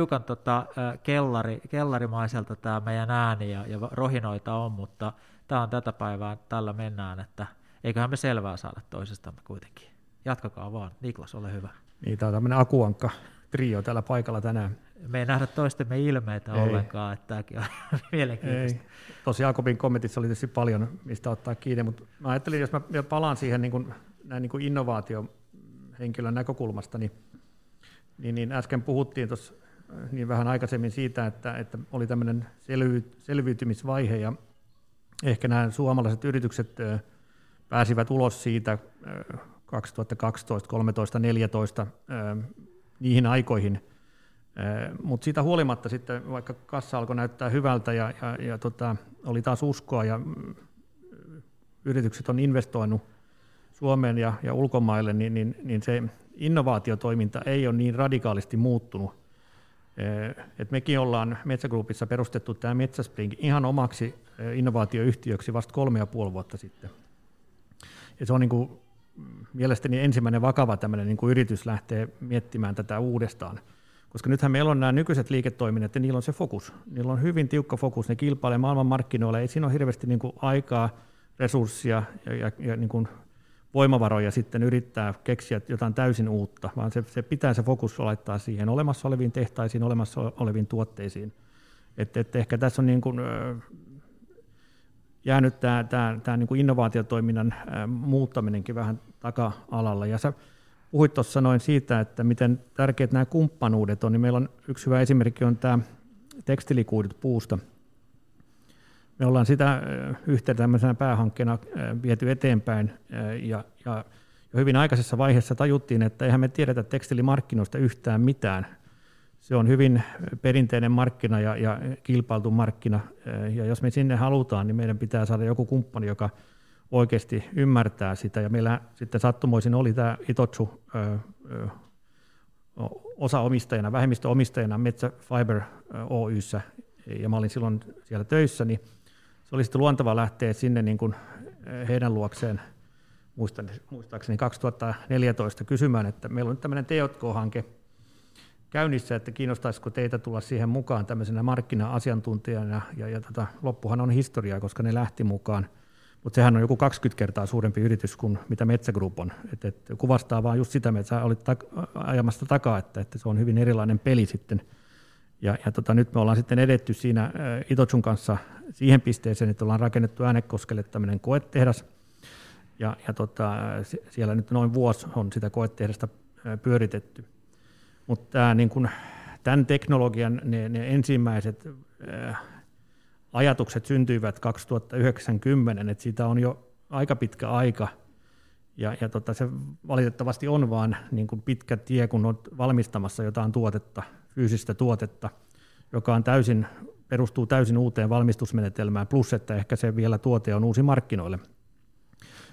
kellarimaiselta tämä meidän ääni, ja rohinoita on, mutta tämä on tätä päivää, tällä mennään, että eiköhän me selvää saada toisestamme kuitenkin. Jatkakaa vaan. Niklas, ole hyvä. Niin, tämä on tämmöinen akuankka trio täällä paikalla tänään. Me ei nähdä toistemme ilmeitä ollenkaan, että tämäkin on mielenkiintoista. Ei. Tosi Jakobin kommentissa oli tietysti paljon, mistä ottaa kiinni, mutta mä ajattelin, jos mä vielä palaan siihen näin innovaatiohenkilön näkökulmasta, niin äsken puhuttiin tuossa niin vähän aikaisemmin siitä, että oli tämmöinen selviytymisvaihe, ja ehkä nämä suomalaiset yritykset pääsivät ulos siitä 2012, 13, 14 niihin aikoihin, mutta siitä huolimatta sitten, vaikka kassa alkoi näyttää hyvältä ja oli taas uskoa ja yritykset on investoinut Suomeen ja ulkomaille, niin se innovaatiotoiminta ei ole niin radikaalisti muuttunut. Et mekin ollaan Metsä Groupissa perustettu tämä Metsäspring ihan omaksi innovaatioyhtiöksi vasta 3,5 vuotta sitten. Ja se on niin kuin mielestäni ensimmäinen vakava tämmöinen niin kuin yritys lähtee miettimään tätä uudestaan. Koska nythän meillä on nämä nykyiset liiketoiminnat, ja niillä on se fokus. Niillä on hyvin tiukka fokus, ne kilpailee maailmanmarkkinoilla, ei siinä ole hirveästi niin kuin aikaa, resurssia ja niin kuin voimavaroja sitten yrittää keksiä jotain täysin uutta, vaan se pitää se fokus laittaa siihen olemassa oleviin tehtaisiin, olemassa oleviin tuotteisiin. Et ehkä tässä on niin kuin jäänyt tämä niin kuin innovaatiotoiminnan muuttaminenkin vähän taka-alalla. Ja sä puhuit tuossa noin siitä, että miten tärkeät nämä kumppanuudet on, niin meillä on yksi hyvä esimerkki on tämä tekstiilikuidut puusta. Me ollaan sitä yhtenä tämmöisenä päähankkeena viety eteenpäin, ja jo hyvin aikaisessa vaiheessa tajuttiin, että eihän me tiedetä tekstiilimarkkinoista yhtään mitään. Se on hyvin perinteinen markkina ja kilpailtu markkina, ja jos me sinne halutaan, niin meidän pitää saada joku kumppani, joka oikeasti ymmärtää sitä, ja meillä sitten sattumoisin oli tämä Itochu osaomistajana, vähemmistöomistajana Metsä Fiber Oy:ssä, ja mä olin silloin siellä töissä, niin se oli sitten luonteva lähteä sinne niin kuin heidän luokseen, muistaakseni 2014 kysymään, että meillä on nyt tämmöinen T&K-hanke käynnissä, että kiinnostaisiko teitä tulla siihen mukaan tämmöisenä markkina-asiantuntijana, ja loppuhan on historiaa, koska ne lähti mukaan, mutta sehän on joku 20 kertaa suurempi yritys kuin mitä Metsä Group on, et kuvastaa vaan just sitä, että sä olit ajamasta takaa, että se on hyvin erilainen peli sitten. Ja nyt me ollaan sitten edetty siinä Itochun kanssa siihen pisteeseen, että ollaan rakennettu Äänekoskelle tämmöinen koetehdas, ja siellä nyt noin vuosi on sitä koetehdasta pyöritetty. Mutta niin tämän teknologian ne ensimmäiset ajatukset syntyivät 2090, että siitä on jo aika pitkä aika, ja se valitettavasti on vaan niin kuin pitkä tie, kun olet valmistamassa jotain tuotetta, fyysistä tuotetta, joka on perustuu täysin uuteen valmistusmenetelmään, plus että ehkä se vielä tuote on uusi markkinoille.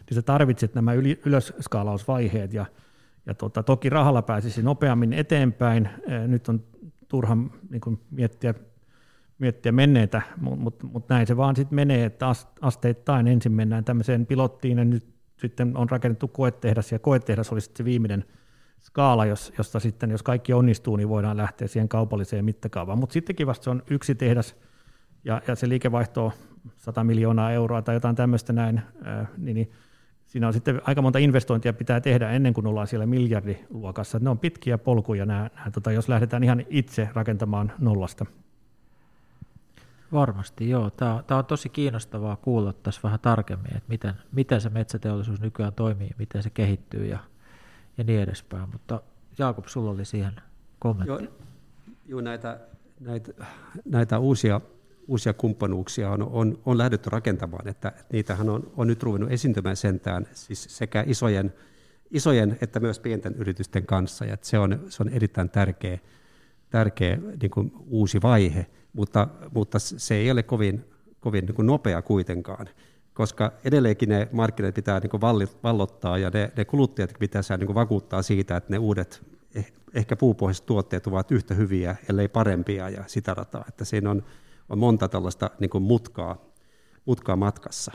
niin sä tarvitset nämä ylösskaalausvaiheet, ja toki rahalla pääsisi nopeammin eteenpäin. Nyt on turha niin kuin miettiä menneitä, mutta näin se vaan sitten menee, että asteittain ensin mennään tämmöiseen pilottiin, ja nyt sitten on rakennettu koetehdas, ja koetehdas olisi se viimeinen skaala, josta sitten, jos kaikki onnistuu, niin voidaan lähteä siihen kaupalliseen mittakaavaan. Mutta sittenkin vasta se on yksi tehdas, ja se liikevaihto on 100 miljoonaa euroa tai jotain tämmöistä näin, niin siinä on sitten aika monta investointia pitää tehdä ennen kuin ollaan siellä miljardiluokassa. Ne on pitkiä polkuja, jos lähdetään ihan itse rakentamaan nollasta. Varmasti, joo. Tämä on tosi kiinnostavaa kuulla tässä vähän tarkemmin, että miten se metsäteollisuus nykyään toimii, miten se kehittyy ja niin edespäin. Mutta Jaakob, sulla oli siihen kommentti. Joo, näitä uusia kumppanuuksia on lähdetty rakentamaan, että niitähän on nyt ruvennut esiintymään sentään siis sekä isojen että myös pienten yritysten kanssa, ja se on erittäin tärkeä niin kuin uusi vaihe, mutta se ei ole kovin niin kuin nopea kuitenkaan, koska edelleenkin ne markkinat pitää niin kuin vallottaa, ja ne kuluttajat pitää niin kuin vakuuttaa siitä, että ne uudet ehkä puupohjaiset tuotteet ovat yhtä hyviä, ellei parempia, ja sitä rataa, että siinä on monta tällaista niin kuin mutkaa matkassa,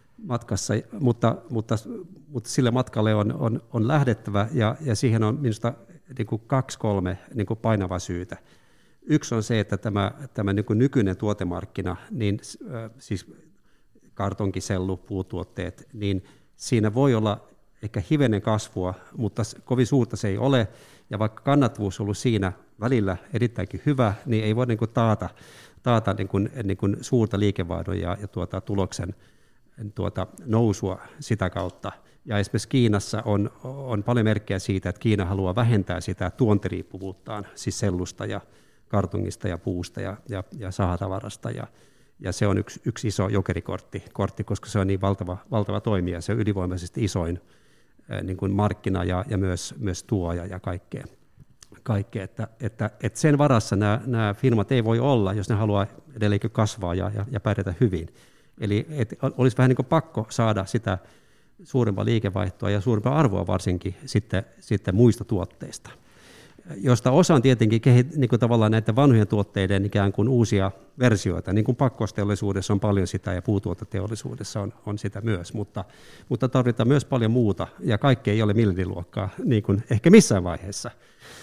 mutta sille matkalle on lähdettävä, ja siihen on minusta niin kuin 2-3 niin kuin painavaa syytä. Yksi on se, että tämä niin kuin nykyinen tuotemarkkina, niin siis kartonki, sellu, puutuotteet, niin siinä voi olla ehkä hivenen kasvua, mutta kovin suurta se ei ole, ja vaikka kannattavuus on ollut siinä välillä erittäinkin hyvä, niin ei voi niin kuin taata niin kuin suurta liikevaihdon ja tuloksen nousua sitä kautta. Ja esimerkiksi Kiinassa on paljon merkkejä siitä, että Kiina haluaa vähentää sitä tuontiriippuvuuttaan, siis sellusta ja kartongista ja puusta ja sahatavarasta, ja se on yksi iso jokerikortti, koska se on niin valtava toimija, se on ylivoimaisesti isoin niin kuin markkina ja myös tuoja ja kaikkea, että sen varassa nämä firmat ei voi olla, jos ne haluaa edelleenkin kasvaa ja pärjätä hyvin. Eli olisi vähän niin kuin pakko saada sitä suurempaa liikevaihtoa ja suurempaa arvoa varsinkin sitten muista tuotteista, josta osa on tietenkin niin kuin tavallaan näiden vanhojen tuotteiden ikään kuin uusia versioita, niin kuin pakkosteollisuudessa on paljon sitä ja puutuoteteollisuudessa on sitä myös, mutta tarvitaan myös paljon muuta, ja kaikki ei ole miljardiluokkaa niin kuin ehkä missään vaiheessa.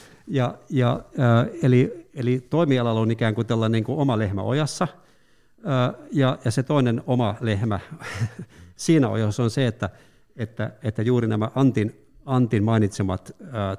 Eli toimialalla on ikään kuin tällainen niin kuin oma lehmä ojassa, ja se toinen oma lehmä siinä ojassa on se, että juuri nämä Antin mainitsemat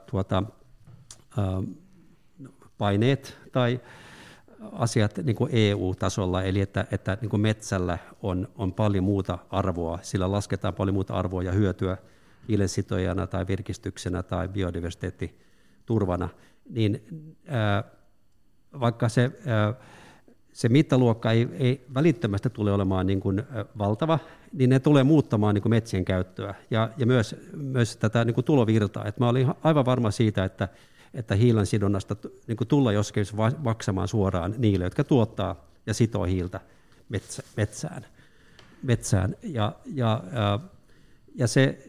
paineet tai asiat niin kuin EU-tasolla, eli että niin kuin metsällä on paljon muuta arvoa, sillä lasketaan paljon muuta arvoa ja hyötyä hiilensitojana tai virkistyksenä tai biodiversiteettiturvana, niin vaikka se mittaluokka ei välittömästi tule olemaan niin kuin valtava, niin ne tulee muuttamaan niin kuin metsien käyttöä ja myös tätä niin kuin tulovirtaa. Et mä olin aivan varma siitä, että hiilen sidonnasta niin kuin tullaan jossakin maksamaan suoraan niille, jotka tuottaa ja sitoo hiiltä metsään. Ja se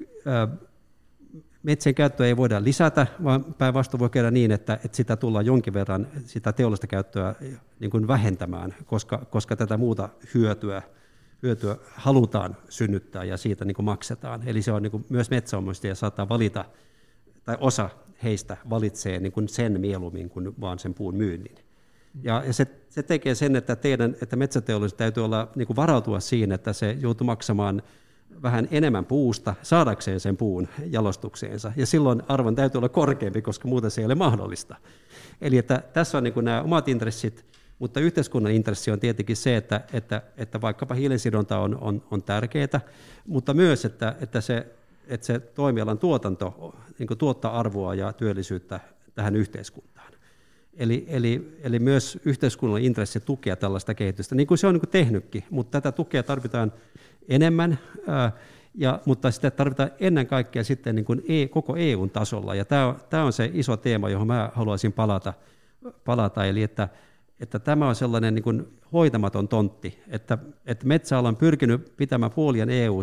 metsien käyttöä ei voida lisätä, vaan päinvastoin voi käydä niin, että sitä tullaan jonkin verran sitä teollista käyttöä niin kuin vähentämään, koska tätä muuta hyötyä halutaan synnyttää ja siitä niin kuin maksetaan. Eli se on niin kuin myös metsäomistajia saattaa valita, tai osa heistä valitsee niin kuin sen mieluummin kuin vaan sen puun myynnin. Ja se tekee sen, että metsäteollisuus täytyy olla niin kuin varautua siihen, että se joutuu maksamaan vähän enemmän puusta saadakseen sen puun jalostukseensa, ja silloin arvon täytyy olla korkeampi, koska muuten se ei ole mahdollista. Eli että tässä on niin kuin nämä omat intressit, mutta yhteiskunnan intressi on tietenkin se, että vaikkapa hiilensidonta on tärkeää, mutta myös, että se toimialan tuotanto niin kuin tuottaa arvoa ja työllisyyttä tähän yhteiskuntaan. Eli myös yhteiskunnan intressi tukea tällaista kehitystä, niin kuin se on niin kuin tehnytkin, mutta tätä tukea tarvitaan enemmän, mutta sitä tarvitaan ennen kaikkea sitten niin kuin koko EUn tasolla, ja tämä on se iso teema, johon mä haluaisin palata, eli että tämä on sellainen niin kuin hoitamaton tontti, että metsäala on pyrkinyt pitämään puolien EU:ssa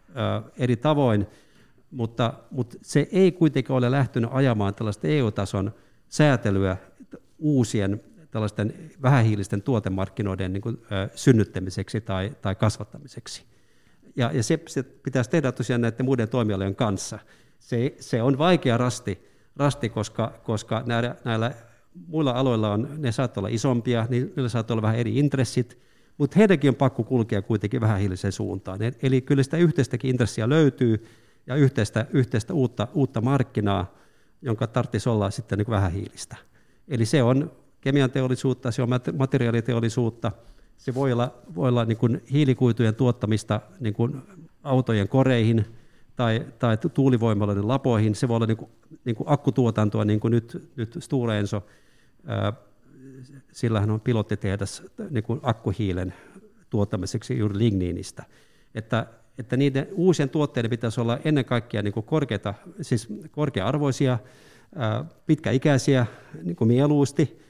eri tavoin, mutta se ei kuitenkaan ole lähtenyt ajamaan tällaista EU-tason säätelyä uusien tällaisten vähähiilisten tuotemarkkinoiden niin kuin, synnyttämiseksi tai kasvattamiseksi. Ja se pitäisi tehdä tosiaan näiden muiden toimialojen kanssa. Se on vaikea rasti koska näillä muilla aloilla ne saattaa olla isompia, niillä saattaa olla vähän eri intressit, mutta heidänkin on pakko kulkea kuitenkin vähähiiliseen suuntaan. Eli kyllä sitä yhteistäkin intressiä löytyy ja yhteistä uutta markkinaa, jonka tarvitsisi olla sitten niin kuin vähähiilistä. Eli se on kemian teollisuutta, se on materiaaliteollisuutta, se voi olla niin kuin hiilikuitujen tuottamista niin kuin autojen koreihin tai tuulivoimaloiden lapoihin, se voi olla niin kuin akkutuotantoa, niin kuin nyt Stora Enso, sillähän on pilottitehdas niin kuin akkuhiilen tuottamiseksi juuri ligniinistä. Että niiden uusien tuotteiden pitäisi olla ennen kaikkea niin kuin siis korkea-arvoisia, pitkäikäisiä niin kuin mieluusti,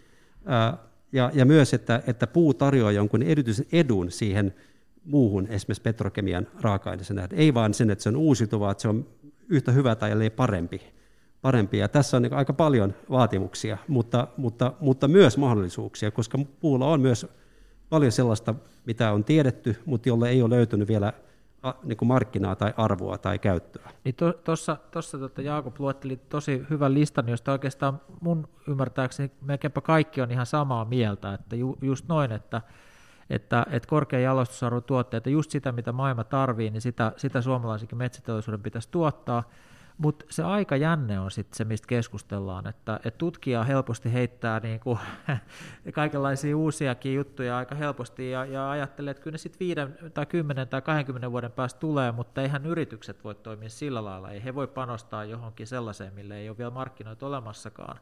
ja myös, että puu tarjoaa jonkun erityisen edun siihen muuhun, esimerkiksi petrokemian raaka-aineeseen nähden. Ei vaan sen, että se on uusiutuvaa, että se on yhtä hyvä tai ellei parempi. Ja tässä on niin aika paljon vaatimuksia, mutta myös mahdollisuuksia, koska puulla on myös paljon sellaista, mitä on tiedetty, mutta jolle ei ole löytynyt vielä niin kuin markkinaa tai arvoa tai käyttöä. Niin tuossa Jaakob luetteli tosi hyvän listan, josta oikeastaan mun ymmärtääkseni melkeinpä kaikki on ihan samaa mieltä, että just noin, että korkean jalostusarvon tuotteita, just sitä, mitä maailma tarvii, niin sitä suomalaisenkin metsäteollisuuden pitäisi tuottaa, mutta se aikajänne on sitten se, mistä keskustellaan, että tutkija helposti heittää niinku kaikenlaisia uusiakin juttuja aika helposti ja ajattelee, että kyllä ne sitten 5 tai 10 tai 20 vuoden päästä tulee, mutta eihän yritykset voi toimia sillä lailla, ei he voi panostaa johonkin sellaiseen, mille ei ole vielä markkinoita olemassakaan.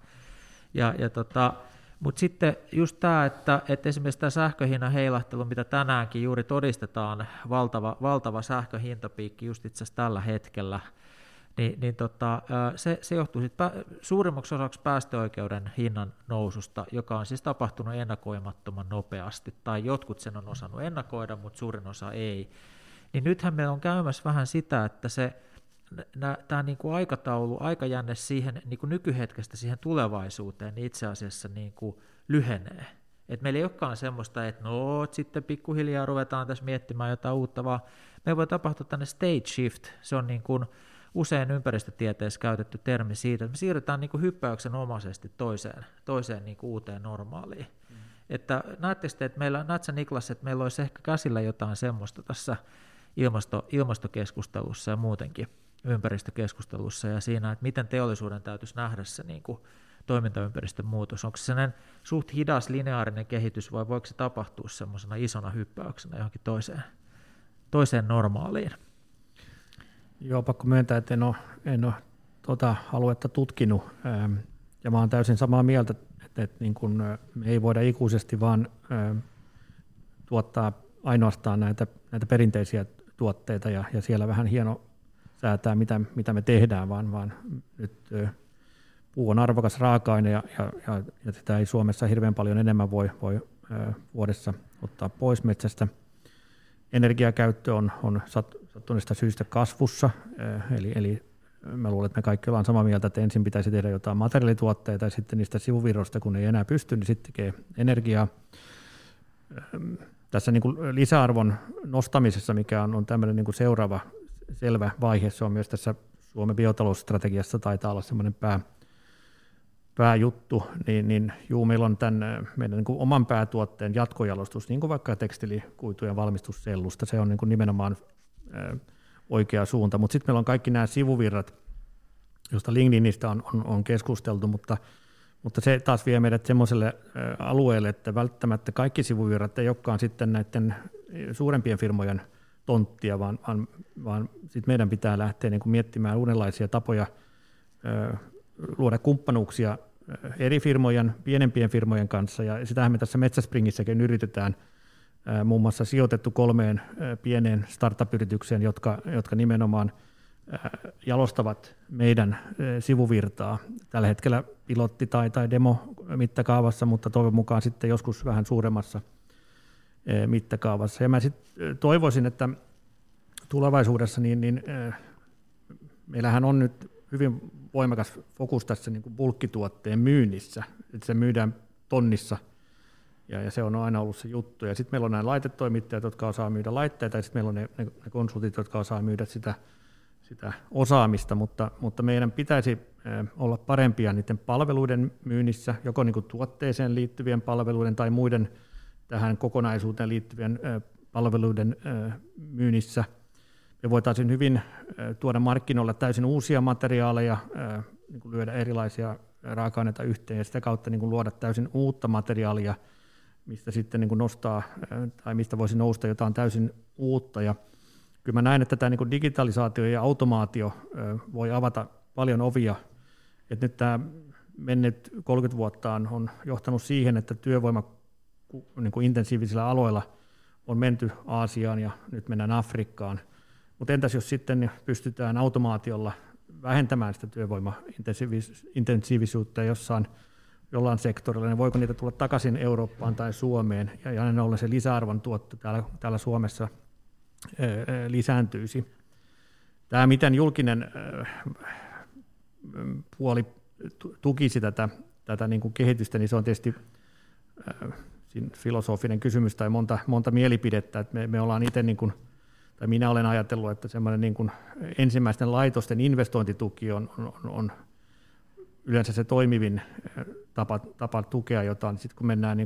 Mutta sitten just tämä, että esimerkiksi tämä sähköhinnan heilahtelu, mitä tänäänkin juuri todistetaan, valtava sähköhintapiikki just itse asiassa tällä hetkellä, se johtuu suurimmaksi osaksi päästöoikeuden hinnan noususta, joka on siis tapahtunut ennakoimattoman nopeasti, tai jotkut sen on osannut ennakoida, mutta suurin osa ei. Niin nythän meillä on käymässä vähän sitä, että tämä niinku aikajänne siihen niinku nykyhetkestä siihen tulevaisuuteen niin itse asiassa niinku lyhenee. Et meillä ei olekaan semmoista, että sitten pikkuhiljaa ruvetaan tässä miettimään jotain uutta, vaan me voi tapahtua tänne stage shift, se on niin kuin usein ympäristötieteessä käytetty termi siitä, että me siirrytään niin kuin hyppäyksenomaisesti toiseen niin kuin uuteen normaaliin. Että näettekö te, että näet sä Niklas, että meillä olisi ehkä käsillä jotain semmoista tässä ilmastokeskustelussa ja muutenkin ympäristökeskustelussa ja siinä, että miten teollisuuden täytyisi nähdä se niin kuin toimintaympäristön muutos. Onko se sellainen suht hidas lineaarinen kehitys vai voiko se tapahtua semmoisena isona hyppäyksenä johonkin toiseen normaaliin? Joo, pakko myöntää, että en ole tuota aluetta tutkinut ja mä olen täysin samaa mieltä, että niin kun me ei voida ikuisesti vaan tuottaa ainoastaan näitä perinteisiä tuotteita ja siellä vähän hieno säätää, mitä me tehdään, vaan nyt puu on arvokas raaka-aine ja sitä ei Suomessa hirveän paljon enemmän voi vuodessa ottaa pois metsästä. Energiakäyttö on sattuneesta syystä kasvussa, eli mä luulen, että me kaikki ollaan samaa mieltä, että ensin pitäisi tehdä jotain materiaalituotteita ja sitten niistä sivuvirroista, kun ei enää pysty, niin sitten tekee energiaa. Tässä niin kuin lisäarvon nostamisessa, mikä on tämmöinen niin kuin seuraava selvä vaihe, se on myös tässä Suomen biotalousstrategiassa taitaa olla semmoinen pääjuttu, niin meillä on tämän meidän niin kuin oman päätuotteen jatkojalostus, niin kuin vaikka tekstiilikuitujen valmistussellusta, se on niin kuin nimenomaan oikea suunta, mutta sitten meillä on kaikki nämä sivuvirrat, joista ligniinistä on keskusteltu, mutta se taas vie meidät semmoiselle alueelle, että välttämättä kaikki sivuvirrat ei olekaan sitten näiden suurempien firmojen tonttia, vaan sit meidän pitää lähteä niin kuin miettimään uudenlaisia tapoja luoda kumppanuuksia eri firmojen, pienempien firmojen kanssa, ja sitähän me tässä Metsäspringissäkin yritetään, muun muassa sijoitettu 3 pieneen startup-yritykseen, jotka nimenomaan jalostavat meidän sivuvirtaa. Tällä hetkellä pilotti- tai demo-mittakaavassa, mutta toivon mukaan sitten joskus vähän suuremmassa mittakaavassa. Ja mä sitten toivoisin, että tulevaisuudessa, niin meillähän on nyt hyvin voimakas fokus tässä niin kuin bulkkituotteen myynnissä, että se myydään tonnissa, ja se on aina ollut se juttu. Ja sitten meillä on nämä laitetoimittajat, jotka osaa myydä laitteita, ja sitten meillä on ne konsultit, jotka osaa myydä sitä osaamista, mutta meidän pitäisi olla parempia niiden palveluiden myynnissä, joko niin kuin tuotteeseen liittyvien palveluiden tai muiden tähän kokonaisuuteen liittyvien palveluiden myynnissä. Me voitaisiin hyvin tuoda markkinoille täysin uusia materiaaleja, niin kuin lyödä erilaisia raaka-aineita yhteen ja sitä kautta niin kuin luoda täysin uutta materiaalia, mistä sitten niin kuin nostaa tai mistä voisi nousta jotain täysin uutta. Ja kyllä mä näen, että tämä niin kuin digitalisaatio ja automaatio voi avata paljon ovia. Et nyt tämä mennyt 30 vuotta on johtanut siihen, että työvoima niin kuin intensiivisillä aloilla on menty Aasiaan ja nyt mennään Afrikkaan. Mutta entäs jos sitten pystytään automaatiolla vähentämään sitä työvoimaintensiivisuutta jollain sektorilla, niin voiko niitä tulla takaisin Eurooppaan tai Suomeen, ja näin ollen se lisäarvon tuotto täällä Suomessa lisääntyisi. Tämä, miten julkinen puoli tukisi tätä niin kuin kehitystä, niin se on tietysti filosofinen kysymys tai monta mielipidettä, että me ollaan itse niin kuin, tai minä olen ajatellut, että semmoinen niin kuin ensimmäisten laitosten investointituki on yleensä se toimivin tapa tukea jotain. Sitten kun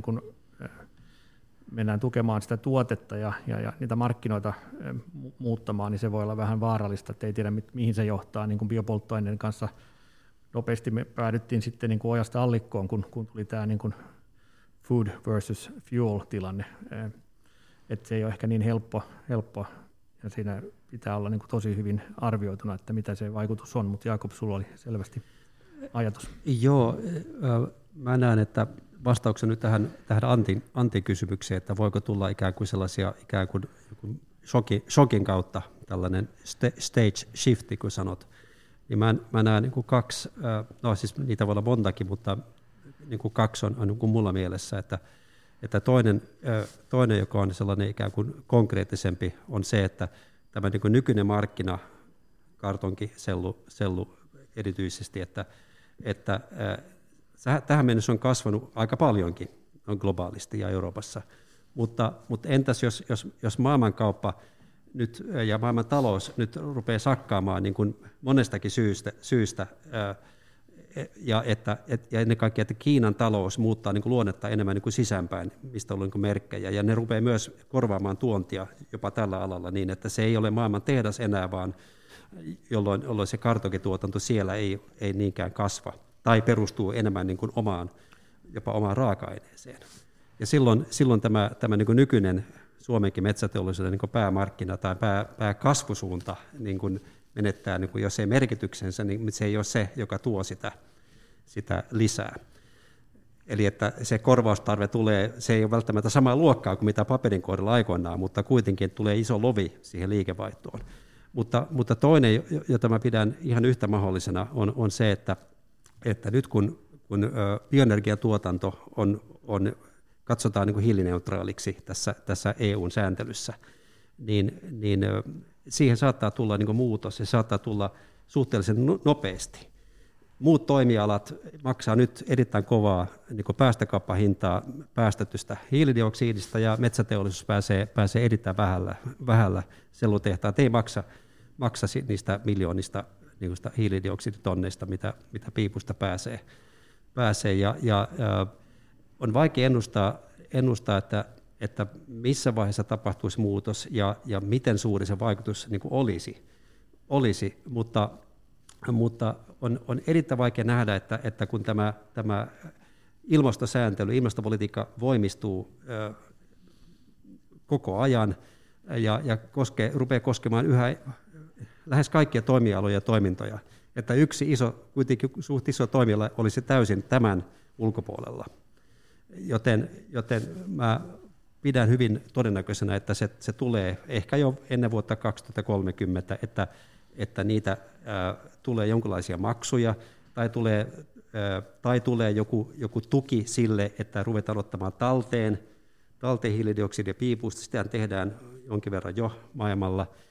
mennään tukemaan sitä tuotetta ja niitä markkinoita muuttamaan, niin se voi olla vähän vaarallista, että ei tiedä mihin se johtaa. Niin kuin biopolttoaineiden kanssa nopeasti me päädyttiin sitten niin kuin ojasta allikkoon, kun tuli tämä niin kuin food versus fuel -tilanne. Että se ei ole ehkä niin helppo. Ja siinä pitää olla niin kuin tosi hyvin arvioituna, että mitä se vaikutus on, mutta Jaakob, sulla oli selvästi ajatus. Joo, mä näen, että vastauksena nyt tähän Antin kysymykseen, että voiko tulla ikään kuin sellaisia ikään kuin shokin kautta tällainen stage shifti, kun sanot, niin mä näen niin kuin kaksi, no siis niitä voi olla montakin, mutta niin kuin kaksi on niin kuin mulla mielessä, että toinen, joka on sellainen ikään kuin konkreettisempi, on se, että tämä niin kuin nykyinen markkina, kartonki, sellu erityisesti, että tähän mennessä on kasvanut aika paljonkin globaalisti ja Euroopassa, mutta entäs jos maailmankauppa nyt ja maailman talous nyt rupeaa sakkaamaan niin kuin monestakin syystä ja ennen kaikkea, että Kiinan talous muuttaa niin kuin luonnetta enemmän niin kuin sisäänpäin, mistä on niin kuin merkkejä, ja ne rupeaa myös korvaamaan tuontia jopa tällä alalla niin, että se ei ole maailman tehdas enää, vaan jolloin se kartonkituotanto siellä ei niinkään kasva, tai perustuu enemmän niin kuin jopa omaan raaka-aineeseen. Ja silloin tämä niin kuin nykyinen Suomenkin metsäteollisuuden niin kuin päämarkkina tai pääkasvusuunta niin kuin menettää, niin kuin jos ei merkityksensä, niin se ei ole se, joka tuo sitä lisää. Eli että se korvaustarve tulee, se ei ole välttämättä samaa luokkaa kuin mitä paperin kohdalla aikoinaan, mutta kuitenkin tulee iso lovi siihen liikevaihtoon. Mutta toinen, jota mä pidän ihan yhtä mahdollisena, on se, että nyt kun bioenergiatuotanto katsotaan niin kuin hiilineutraaliksi tässä EUn sääntelyssä, niin siihen saattaa tulla niin kuin muutos, se saattaa tulla suhteellisen nopeasti. Muut toimialat maksaa nyt erittäin kovaa niin kuin päästökauppahintaa päästetystä hiilidioksidista, ja metsäteollisuus pääsee erittäin vähällä. Sellutehtaat ei maksa niistä miljoonista niin kuin hiilidioksiditonneista, mitä piipusta pääsee. Ja on vaikea ennustaa että missä vaiheessa tapahtuisi muutos ja miten suuri se vaikutus niin kuin olisi, mutta on erittäin vaikea nähdä, että kun tämä ilmastosääntely, ilmastopolitiikka voimistuu koko ajan ja rupeaa koskemaan lähes kaikkia toimialoja ja toimintoja, että kuitenkin suht iso toimiala olisi täysin tämän ulkopuolella. Joten mä pidän hyvin todennäköisenä, että se tulee ehkä jo ennen vuotta 2030, että niitä tulee jonkinlaisia maksuja tai tulee joku tuki sille, että ruvetaan ottamaan talteen hiilidioksidia piipusta. Sitä tehdään jonkin verran jo maailmalla.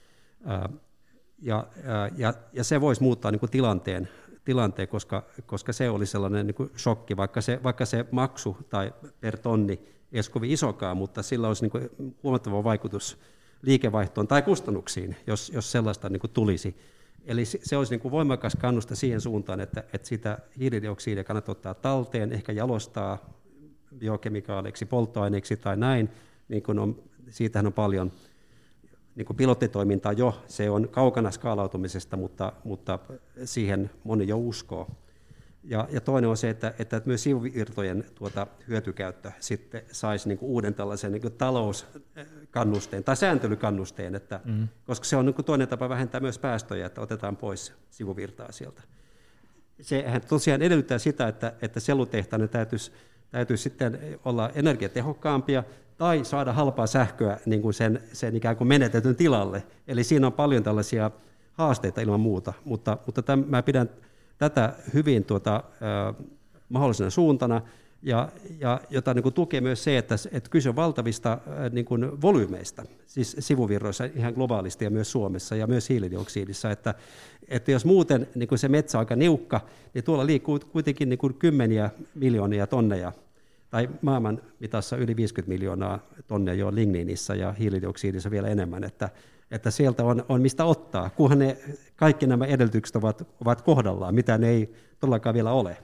Ja se voisi muuttaa niin kuin tilanteen, koska se oli sellainen niin kuin shokki, vaikka se maksu tai per tonni ei olisi kovin isokaan, mutta sillä olisi niin kuin huomattava vaikutus liikevaihtoon tai kustannuksiin, jos sellaista niin kuin tulisi. Eli se olisi niin kuin voimakas kannuste siihen suuntaan, että sitä hiilidioksidia kannattaa ottaa talteen, ehkä jalostaa biokemikaaleiksi, polttoaineiksi tai näin. Niin kuin siitähän on paljon niin kuin pilottitoimintaa jo, se on kaukana skaalautumisesta, mutta siihen moni jo uskoo. Ja toinen on se, että myös sivuvirtojen hyötykäyttö sitten saisi niin kuin uuden tällaisen niin kuin talouskannusteen tai sääntelykannusteen, koska se on niin kuin toinen tapa vähentää myös päästöjä, että otetaan pois sivuvirtaa sieltä. Sehän tosiaan edellyttää sitä, että sellutehtaiden täytyisi sitten olla energiatehokkaampia tai saada halpaa sähköä niin kuin sen ikään kuin menetetyn tilalle. Eli siinä on paljon tällaisia haasteita ilman muuta, mutta mä pidän tätä hyvin mahdollisena suuntana, jota niin kuin tukee myös se, että kyse on valtavista niin kuin volyymeista, siis sivuvirroissa ihan globaalisti ja myös Suomessa ja myös hiilidioksidissa, että jos muuten niin kuin se metsä on aika niukka, niin tuolla liikkuu kuitenkin niin kuin kymmeniä miljoonia tonneja, tai maailman mitassa yli 50 miljoonaa tonneja jo ligniinissa ja hiilidioksidissa vielä enemmän, että sieltä on mistä ottaa, kunhan kaikki nämä edellytykset ovat kohdallaan, mitä ne ei todellakaan vielä ole.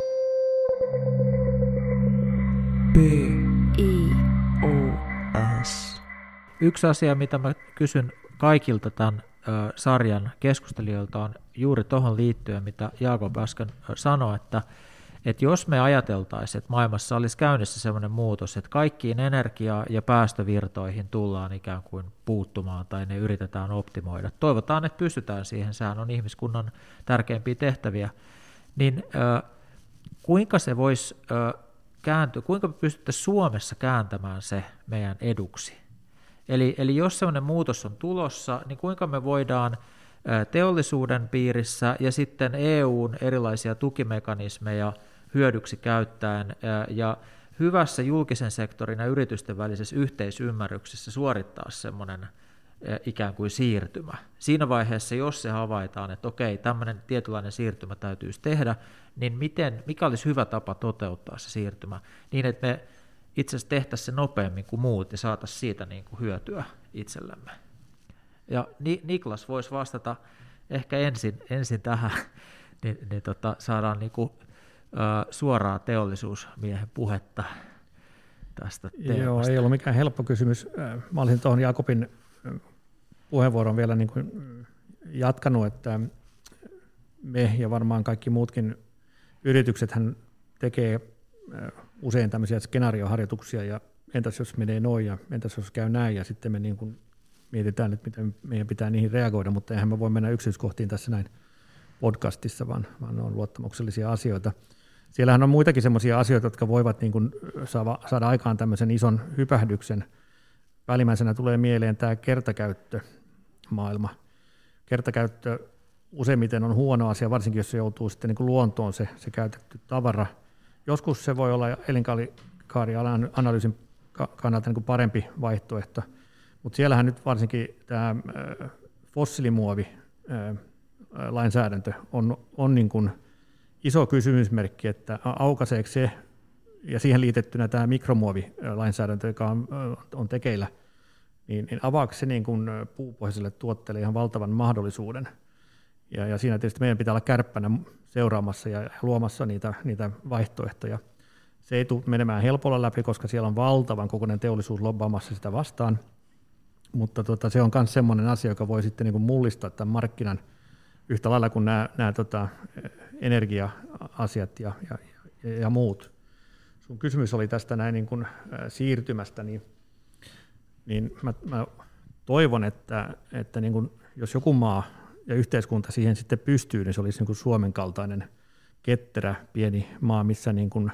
BIOS. Yksi asia, mitä mä kysyn kaikilta tämän sarjan keskustelijoilta on juuri tuohon liittyen, mitä Jaakob äsken sanoi, että jos me ajateltaisiin, että maailmassa olisi käynnissä sellainen muutos, että kaikkiin energia- ja päästövirtoihin tullaan ikään kuin puuttumaan tai ne yritetään optimoida. Toivotaan, että pystytään siihen, sehän on ihmiskunnan tärkeimpiä tehtäviä, niin kuinka se voisi kääntyä, kuinka me pystyttäisiin Suomessa kääntämään se meidän eduksi? Eli jos sellainen muutos on tulossa, niin kuinka me voidaan teollisuuden piirissä ja sitten EUn erilaisia tukimekanismeja hyödyksi käyttäen ja hyvässä julkisen sektorin ja yritysten välisessä yhteisymmärryksessä suorittaa semmoinen ikään kuin siirtymä. Siinä vaiheessa, jos se havaitaan, että okei, tämmöinen tietynlainen siirtymä täytyisi tehdä, niin mikä olisi hyvä tapa toteuttaa se siirtymä niin, että me itse asiassa tehtäisiin se nopeammin kuin muut ja saataisiin siitä niin kuin hyötyä itsellemme. Ja Niklas voisi vastata ehkä ensin tähän, niin saadaan niin kuin, suoraa teollisuusmiehen puhetta tästä teemasta. Joo, ei ollut mikään helppo kysymys. Mä olisin tuohon Jaakobin puheenvuoron vielä niin kuin jatkanut, että me ja varmaan kaikki muutkin yrityksethän tekee usein tämmöisiä skenaarioharjoituksia ja entäs jos menee noin ja entäs jos käy näin ja sitten me niin kuin mietitään, että miten meidän pitää niihin reagoida, mutta eihän me voi mennä yksityiskohtiin tässä näin podcastissa, vaan ne on luottamuksellisia asioita. Siellähän on muitakin semmoisia asioita, jotka voivat niin kuin saada aikaan tämmöisen ison hypähdyksen. Päällimmäisenä tulee mieleen tämä kertakäyttömaailma. Kertakäyttö useimmiten on huono asia, varsinkin jos se joutuu sitten niin kuin luontoon se käytetty tavara. Joskus se voi olla elinkaarianalyysin kannalta niin kuin parempi vaihtoehto, mutta siellähän nyt varsinkin tämä fossiilimuovi lainsäädäntö on niin kuin iso kysymysmerkki, että aukaiseeko se ja siihen liitettynä tämä mikromuovilainsäädäntö, joka on tekeillä, niin avaako se niin kuin puupohjaiselle tuotteelle ihan valtavan mahdollisuuden. Ja siinä tietysti meidän pitää olla kärppänä seuraamassa ja luomassa niitä vaihtoehtoja. Se ei tule menemään helpolla läpi, koska siellä on valtavan kokoinen teollisuus lobbaamassa sitä vastaan, mutta se on myös semmoinen asia, joka voi sitten niin kuin mullistaa tämän markkinan yhtä lailla kuin nämä energia-asiat ja muut. Sun kysymys oli tästä näin niin kuin siirtymästä, niin mä toivon, että niin kuin jos joku maa ja yhteiskunta siihen sitten pystyy, niin se olisi niin kuin Suomen kaltainen ketterä pieni maa, missä niin kuin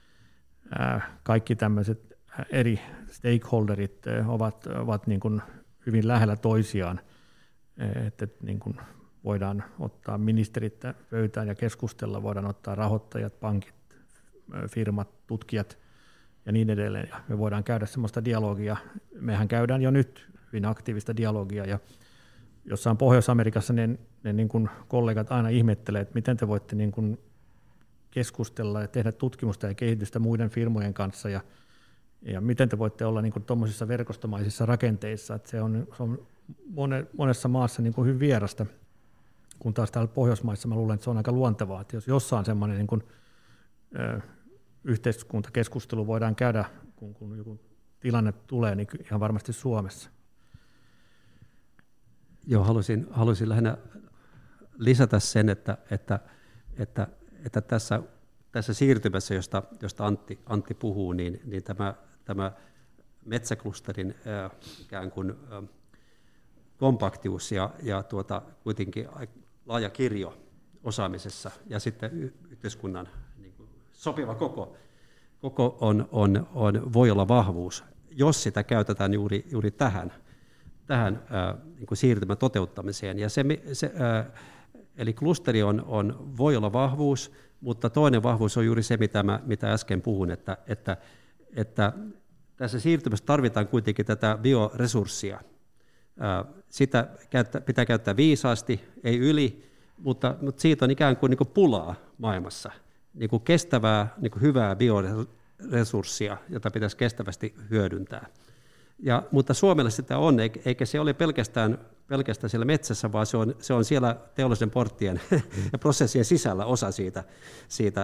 kaikki tämmöiset eri stakeholderit ovat niin kuin hyvin lähellä toisiaan, että niin kuin voidaan ottaa ministerit pöytään ja keskustella, voidaan ottaa rahoittajat, pankit, firmat, tutkijat ja niin edelleen. Ja me voidaan käydä sellaista dialogia. Mehän käydään jo nyt hyvin aktiivista dialogia ja jossain Pohjois-Amerikassa ne niin kuin kollegat aina ihmettelee, että miten te voitte niin kuin keskustella ja tehdä tutkimusta ja kehitystä muiden firmojen kanssa ja miten te voitte olla niin kuin tuommoisissa verkostomaisissa rakenteissa, että se on monessa maassa niin kuin hyvin vierasta, kun taas täällä Pohjoismaissa mä luulen, että se on aika luontevaa, että jos jossain semmoinen niin kuin, yhteiskuntakeskustelu voidaan käydä, kun joku tilanne tulee, niin ihan varmasti Suomessa. Joo, halusin lähinnä lisätä sen, että tässä siirtymässä, josta Antti puhuu, niin tämä metsäklusterin ikään kuin kompaktius ja kuitenkin laaja kirjo osaamisessa ja sitten yhteiskunnan niin kuin sopiva koko voi olla vahvuus, jos sitä käytetään juuri tähän niin kuin siirtymän toteuttamiseen. Ja eli klusteri voi olla vahvuus, mutta toinen vahvuus on juuri se, mitä äsken puhun, että tässä siirtymässä tarvitaan kuitenkin tätä bioresurssia. Sitä pitää käyttää viisaasti, ei yli, mutta siitä on ikään kuin pulaa maailmassa. Niin kuin kestävää, niin kuin hyvää bioresurssia, jota pitäisi kestävästi hyödyntää. Mutta Suomella sitä on, eikä se ole pelkästään siellä metsässä, vaan se on siellä teollisen porttien ja prosessien sisällä osa siitä.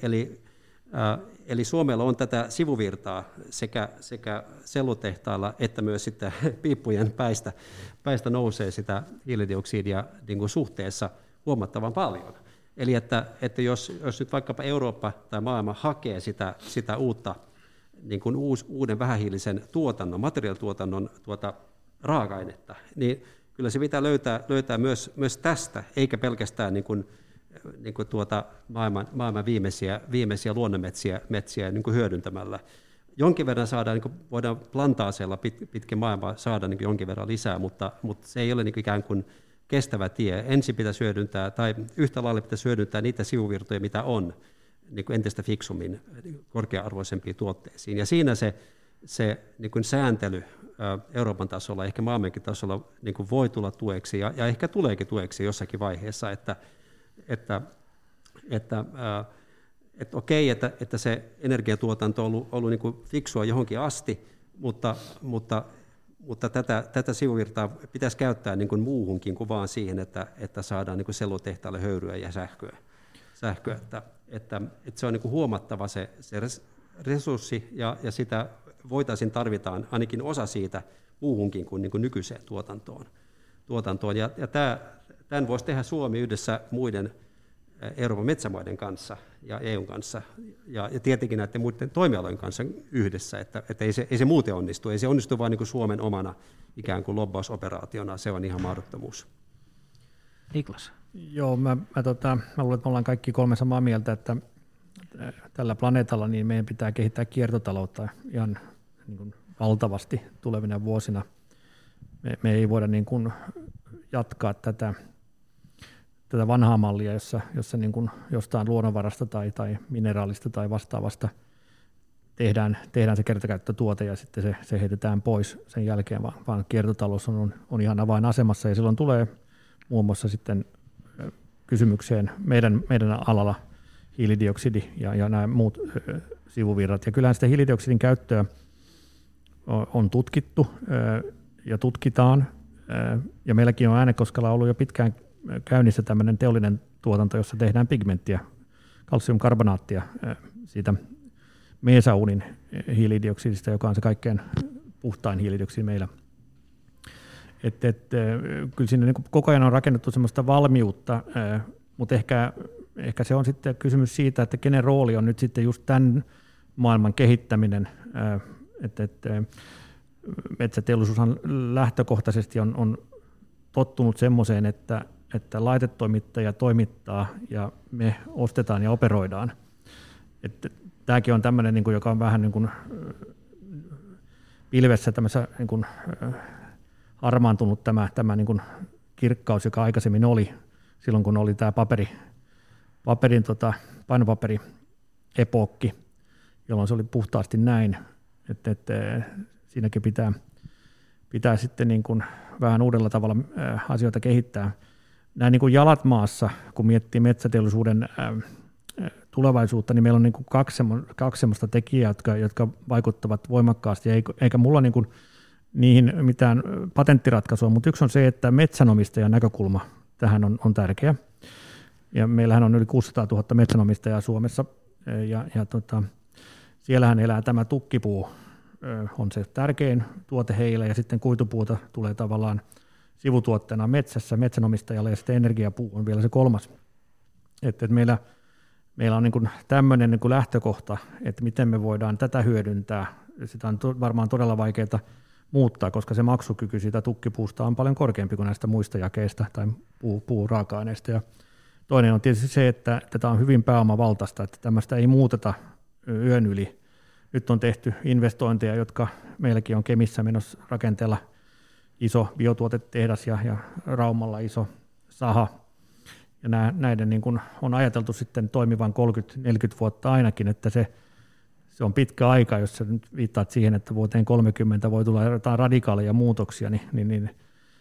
Eli Suomella on tätä sivuvirtaa sekä sellutehtailla että myös sitten piippujen päistä nousee sitä hiilidioksidia niin kuin suhteessa huomattavan paljon. Eli että jos nyt vaikkapa Eurooppa tai maailma hakee sitä uutta niin kuin uuden vähähiilisen materiaalituotannon raaka-ainetta, niin kyllä se pitää löytää myös tästä, eikä pelkästään niin kuin maailman viimeisiä luonnonmetsiä niin kuin hyödyntämällä. Jonkin verran voidaan plantaaseilla pitkin maailmaa saada niin kuin jonkin verran lisää, mutta se ei ole niin kuin ikään kuin kestävä tie. Ensin pitäisi hyödyntää, tai yhtä lailla pitäisi hyödyntää niitä sivuvirtoja, mitä on, niin kuin entistä fiksummin korkea-arvoisempiin tuotteisiin. Ja siinä se niin kuin sääntely Euroopan tasolla, ehkä maailmankin tasolla niin kuin voi tulla tueksi, ja ehkä tuleekin tueksi jossakin vaiheessa, että okei, että se energiatuotanto on ollut niin kuin fiksua johonkin asti, mutta tätä sivuvirtaa pitäisi käyttää niin kuin muuhunkin kuin vaan siihen, että saadaan niin kuin sellutehtaalle höyryä ja sähköä. Että se on niin kuin huomattava se resurssi, ja sitä tarvitaan ainakin osa siitä muuhunkin kuin, niin kuin nykyiseen tuotantoon. Ja tämän voisi tehdä Suomi yhdessä muiden Euroopan metsämaiden kanssa ja EUn kanssa, ja tietenkin näiden muiden toimialojen kanssa yhdessä, että ei se muuten onnistu. Ei se onnistu vain niin kuin Suomen omana ikään kuin lobbausoperaationa, se on ihan mahdottomuus. Niklas. Joo, mä luulen, että me ollaan kaikki kolme samaa mieltä, että tällä planeetalla niin meidän pitää kehittää kiertotaloutta ihan niin kuin valtavasti tulevina vuosina. Me ei voida niin kuin jatkaa tätä vanhaa mallia, jossa niin kuin jostain luonnonvarasta tai mineraalista tai vastaavasta tehdään se kertakäyttötuote ja sitten se heitetään pois sen jälkeen, vaan kiertotalous on ihan avainasemassa, ja silloin tulee muun muassa sitten kysymykseen meidän alalla hiilidioksidi ja nämä muut sivuvirrat. Ja kyllähän sitä hiilidioksidin käyttöä on tutkittu ja tutkitaan, ja meilläkin on Äänekoskella ollut jo pitkään käynnissä tämmöinen teollinen tuotanto, jossa tehdään pigmenttiä, kalsiumkarbonaattia siitä meesauunin hiilidioksidista, joka on se kaikkein puhtain hiilidioksidi meillä. Kyllä siinä niin koko ajan on rakennettu semmoista valmiutta, mutta ehkä se on sitten kysymys siitä, että kenen rooli on nyt sitten just tämän maailman kehittäminen. Metsäteollisuushan lähtökohtaisesti on tottunut semmoiseen, että laitetoimittaja toimittaa ja me ostetaan ja operoidaan. Tämäkin on tämmöinen, niin kuin, joka on vähän niin kuin pilvessä tämmöisessä niin kuin harmaantunut tämä niin kuin kirkkaus, joka aikaisemmin oli silloin, kun oli tämä painopaperi-epokki, jolloin se oli puhtaasti näin, että siinäkin pitää pitää sitten niin kuin vähän uudella tavalla asioita kehittää. Näin niin kuin jalat maassa, kun miettii metsäteollisuuden tulevaisuutta, niin meillä on niin kuin kaksi semmoista tekijää, jotka vaikuttavat voimakkaasti, eikä mulla niin kuin niihin mitään patenttiratkaisua, mutta yksi on se, että metsänomistajan näkökulma tähän on tärkeä. Ja meillähän on yli 600 000 metsänomistajaa Suomessa, ja siellähän elää tämä tukkipuu, on se tärkein tuote heillä, ja sitten kuitupuuta tulee tavallaan sivutuotteena metsänomistajalle, ja sitten energiapuu on vielä se kolmas. Että meillä on niin kuin tämmöinen niin kuin lähtökohta, että miten me voidaan tätä hyödyntää. Sitä on varmaan todella vaikeaa muuttaa, koska se maksukyky siitä tukkipuusta on paljon korkeampi kuin näistä muista jakeista tai puuraaka-aineista. Ja toinen on tietysti se, että tätä on hyvin pääomavaltaista, että tämmöistä ei muuteta yön yli. Nyt on tehty investointeja, jotka meilläkin on Kemissä menossa rakenteella iso biotuotetehdas ja Raumalla iso saha. Ja näiden niin kuin on ajateltu sitten toimivan 30-40 vuotta ainakin, että se on pitkä aika, jos sä nyt viittaat siihen, että vuoteen 30 voi tulla jotain radikaaleja muutoksia, niin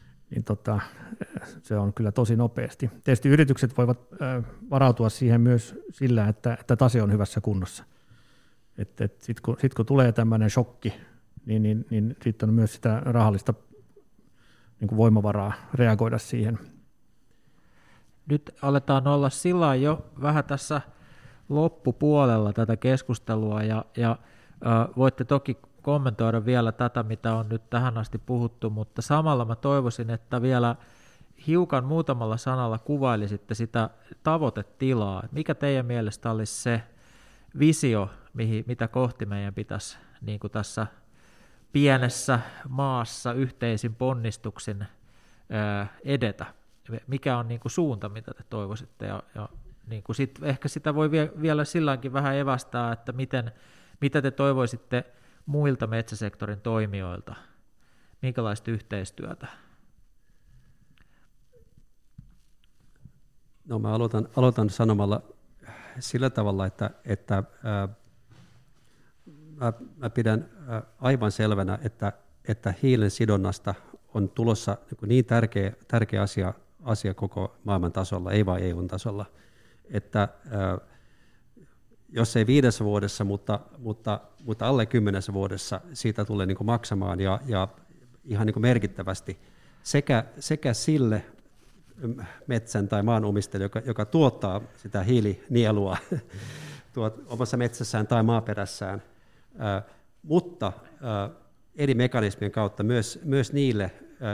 se on kyllä tosi nopeasti. Tietysti yritykset voivat varautua siihen myös sillä, että tase on hyvässä kunnossa. Sitten kun tulee tämmöinen shokki, niin sitten on myös sitä rahallista niin kuin voimavaraa reagoida siihen. Nyt aletaan olla sillä jo vähän tässä loppupuolella tätä keskustelua, ja voitte toki kommentoida vielä tätä, mitä on nyt tähän asti puhuttu, mutta samalla mä toivoisin, että vielä hiukan muutamalla sanalla kuvailisitte sitä tavoitetilaa. Mikä teidän mielestä olisi se visio, mitä kohti meidän pitäisi niin kuin tässä pienessä maassa yhteisin ponnistuksin edetä? Mikä on niin kuin suunta, mitä te toivoisitte, ja niin kuin ehkä sitä voi vielä silläkin vähän evästää, että mitä te toivoisitte muilta metsäsektorin toimijoilta, minkälaista yhteistyötä? No mä aloitan sanomalla sillä tavalla, että mä pidän aivan selvänä, että hiilen sidonnasta on tulossa niin tärkeä asia koko maailman tasolla, ei vain EUn tasolla, että jos ei 5 vuodessa, mutta alle 10 vuodessa siitä tulee niin kuin maksamaan ja ihan niin kuin merkittävästi sekä sille metsän tai maanomistajalle, joka tuottaa sitä hiilinielua omassa metsässään tai maaperässään, mutta eri mekanismien kautta myös niille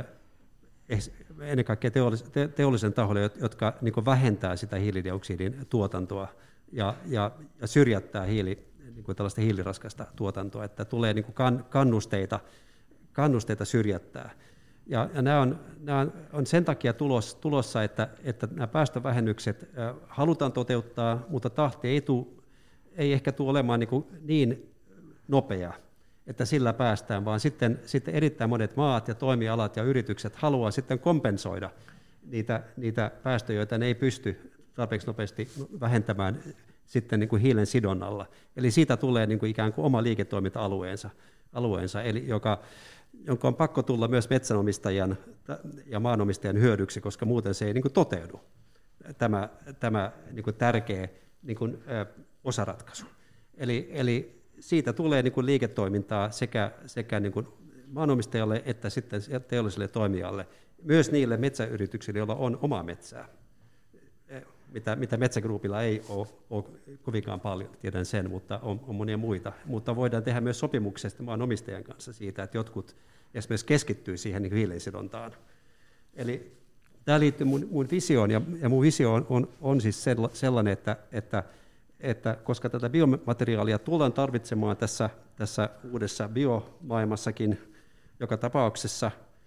ennen kaikkea teollisen tahoille, jotka niin kuin vähentää sitä hiilidioksidin tuotantoa ja syrjättää niin kuin tällaista hiiliraskasta tuotantoa, että tulee niin kuin kannusteita syrjättää. Ja nämä on sen takia tulossa, että nämä päästövähennykset halutaan toteuttaa, mutta tahti ei ehkä tule olemaan niin nopea, että sillä päästään, vaan sitten erittäin monet maat ja toimialat ja yritykset haluaa sitten kompensoida niitä päästöjä, joita ne ei pysty tarpeeksi nopeasti vähentämään sitten niin kuin hiilen sidonnalla. Eli siitä tulee niin kuin ikään kuin oma liiketoiminta-alueensa, eli jonka on pakko tulla myös metsänomistajan ja maanomistajan hyödyksi, koska muuten se ei niin kuin toteudu, tämä niin kuin tärkeä niin kuin osaratkaisu. Eli siitä tulee niin kuin liiketoimintaa sekä niin kuin maanomistajalle että sitten teolliselle toimijalle, myös niille metsäyrityksille, joilla on omaa metsää, mitä Metsägroupilla ei ole kovinkaan paljon, tiedän sen, mutta on monia muita. Mutta voidaan tehdä myös sopimuksia maanomistajan kanssa siitä, että jotkut esimerkiksi keskittyy siihen niin hiilensidontaan. Eli tämä liittyy mun visioon, ja mun visio on siis sellainen, että koska tätä biomateriaalia tullaan tarvitsemaan tässä uudessa biomaailmassakin joka tapauksessa,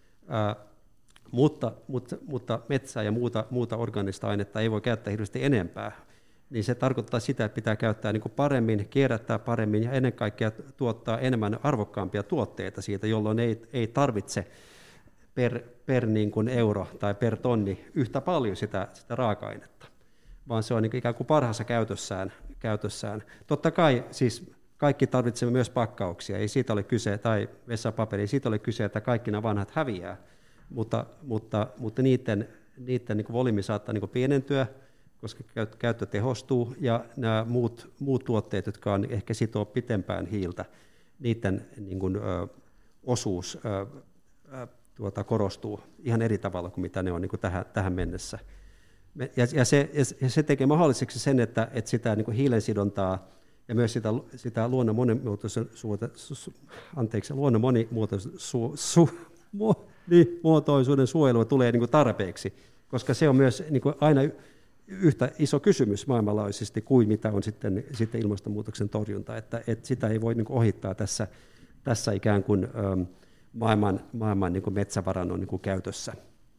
mutta metsää ja muuta orgaanista ainetta ei voi käyttää hirveästi enempää, niin se tarkoittaa sitä, että pitää käyttää niin kuin paremmin, kierrättää paremmin ja ennen kaikkea tuottaa enemmän arvokkaampia tuotteita siitä, jolloin ei tarvitse per niin kuin euro tai per tonni yhtä paljon sitä raaka-ainetta, vaan se on niin ikään kuin parhaassa käytössään. Totta kai siis kaikki tarvitsemme myös pakkauksia, ei siitä ole kyse, tai vessapaperi, ei siitä ole kyse, että kaikki nämä vanhat häviää, mutta niiden niin kuin volyymi saattaa niin kuin pienentyä, koska käyttö tehostuu, ja nämä muut tuotteet, jotka on ehkä sitoo pitempään hiiltä, niiden niin kuin, osuus korostuu ihan eri tavalla kuin mitä ne on niin kuin tähän mennessä. Ja se tekee mahdolliseksi sen, että sitä niin kuin hiilensidontaa ja myös sitä luonnon monimuotoisuuden suojelua tulee niin kuin tarpeeksi, koska se on myös niin kuin aina yhtä iso kysymys maailmanlaajuisesti kuin mitä on sitten ilmastonmuutoksen torjunta, että sitä ei voi niin kuin ohittaa tässä ikään kuin maailman niin kuin metsävarannon niin kuin käytössä.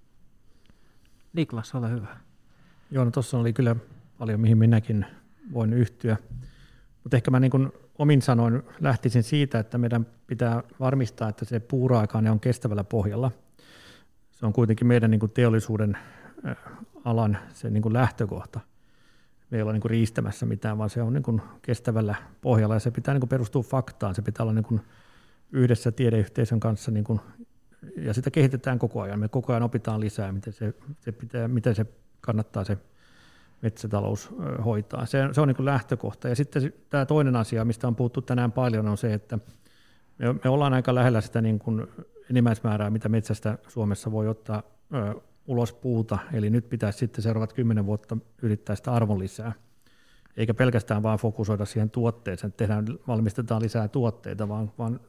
Niklas, ole hyvä. Joo, no tuossa oli kyllä paljon, mihin minäkin voin yhtyä. Mutta ehkä mä niin kuin omin sanoin lähtisin siitä, että meidän pitää varmistaa, että se puuraaka-aine on kestävällä pohjalla. Se on kuitenkin meidän niin kuin teollisuuden alan se niin kuin lähtökohta. Me ei olla niin kuin riistämässä mitään, vaan se on niin kuin kestävällä pohjalla ja se pitää niin kuin perustua faktaan. Se pitää olla niin kuin yhdessä tiedeyhteisön kanssa niin kuin, ja sitä kehitetään koko ajan. Me koko ajan opitaan lisää, miten se kannattaa se metsätalous hoitaa. Se on niin kuin lähtökohta. Ja sitten tämä toinen asia, mistä on puhuttu tänään paljon, on se, että me ollaan aika lähellä sitä niin kuin enimmäismäärää, mitä metsästä Suomessa voi ottaa ulos puuta. Eli nyt pitäisi sitten seuraavat 10 vuotta yrittää sitä arvonlisää. Eikä pelkästään vaan fokusoida siihen tuotteeseen, että valmistetaan lisää tuotteita, vaan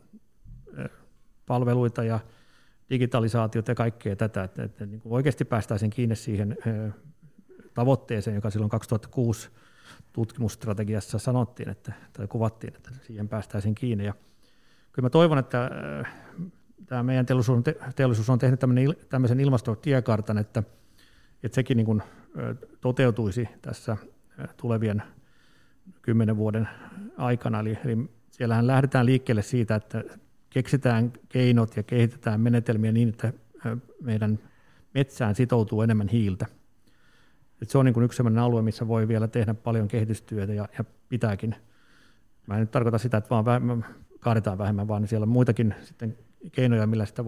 palveluita ja digitalisaatiota ja kaikkea tätä, että niin kuin oikeasti päästäisiin kiinni siihen tavoitteeseen, joka silloin 2006 tutkimusstrategiassa sanottiin, tai kuvattiin, että siihen päästäisiin kiinni. Ja kyllä mä toivon, että tämä meidän teollisuus on tehnyt tämmöisen ilmastotiekartan, että sekin niin kuin toteutuisi tässä tulevien 10 vuoden aikana. Eli siellähän lähdetään liikkeelle siitä, että keksitään keinot ja kehitetään menetelmiä niin, että meidän metsään sitoutuu enemmän hiiltä. Et se on niin kuin yksi sellainen alue, missä voi vielä tehdä paljon kehitystyötä ja pitääkin. Mä en nyt tarkoita sitä, että vaan kaadetaan vähemmän, vaan siellä on muitakin sitten keinoja, millä sitä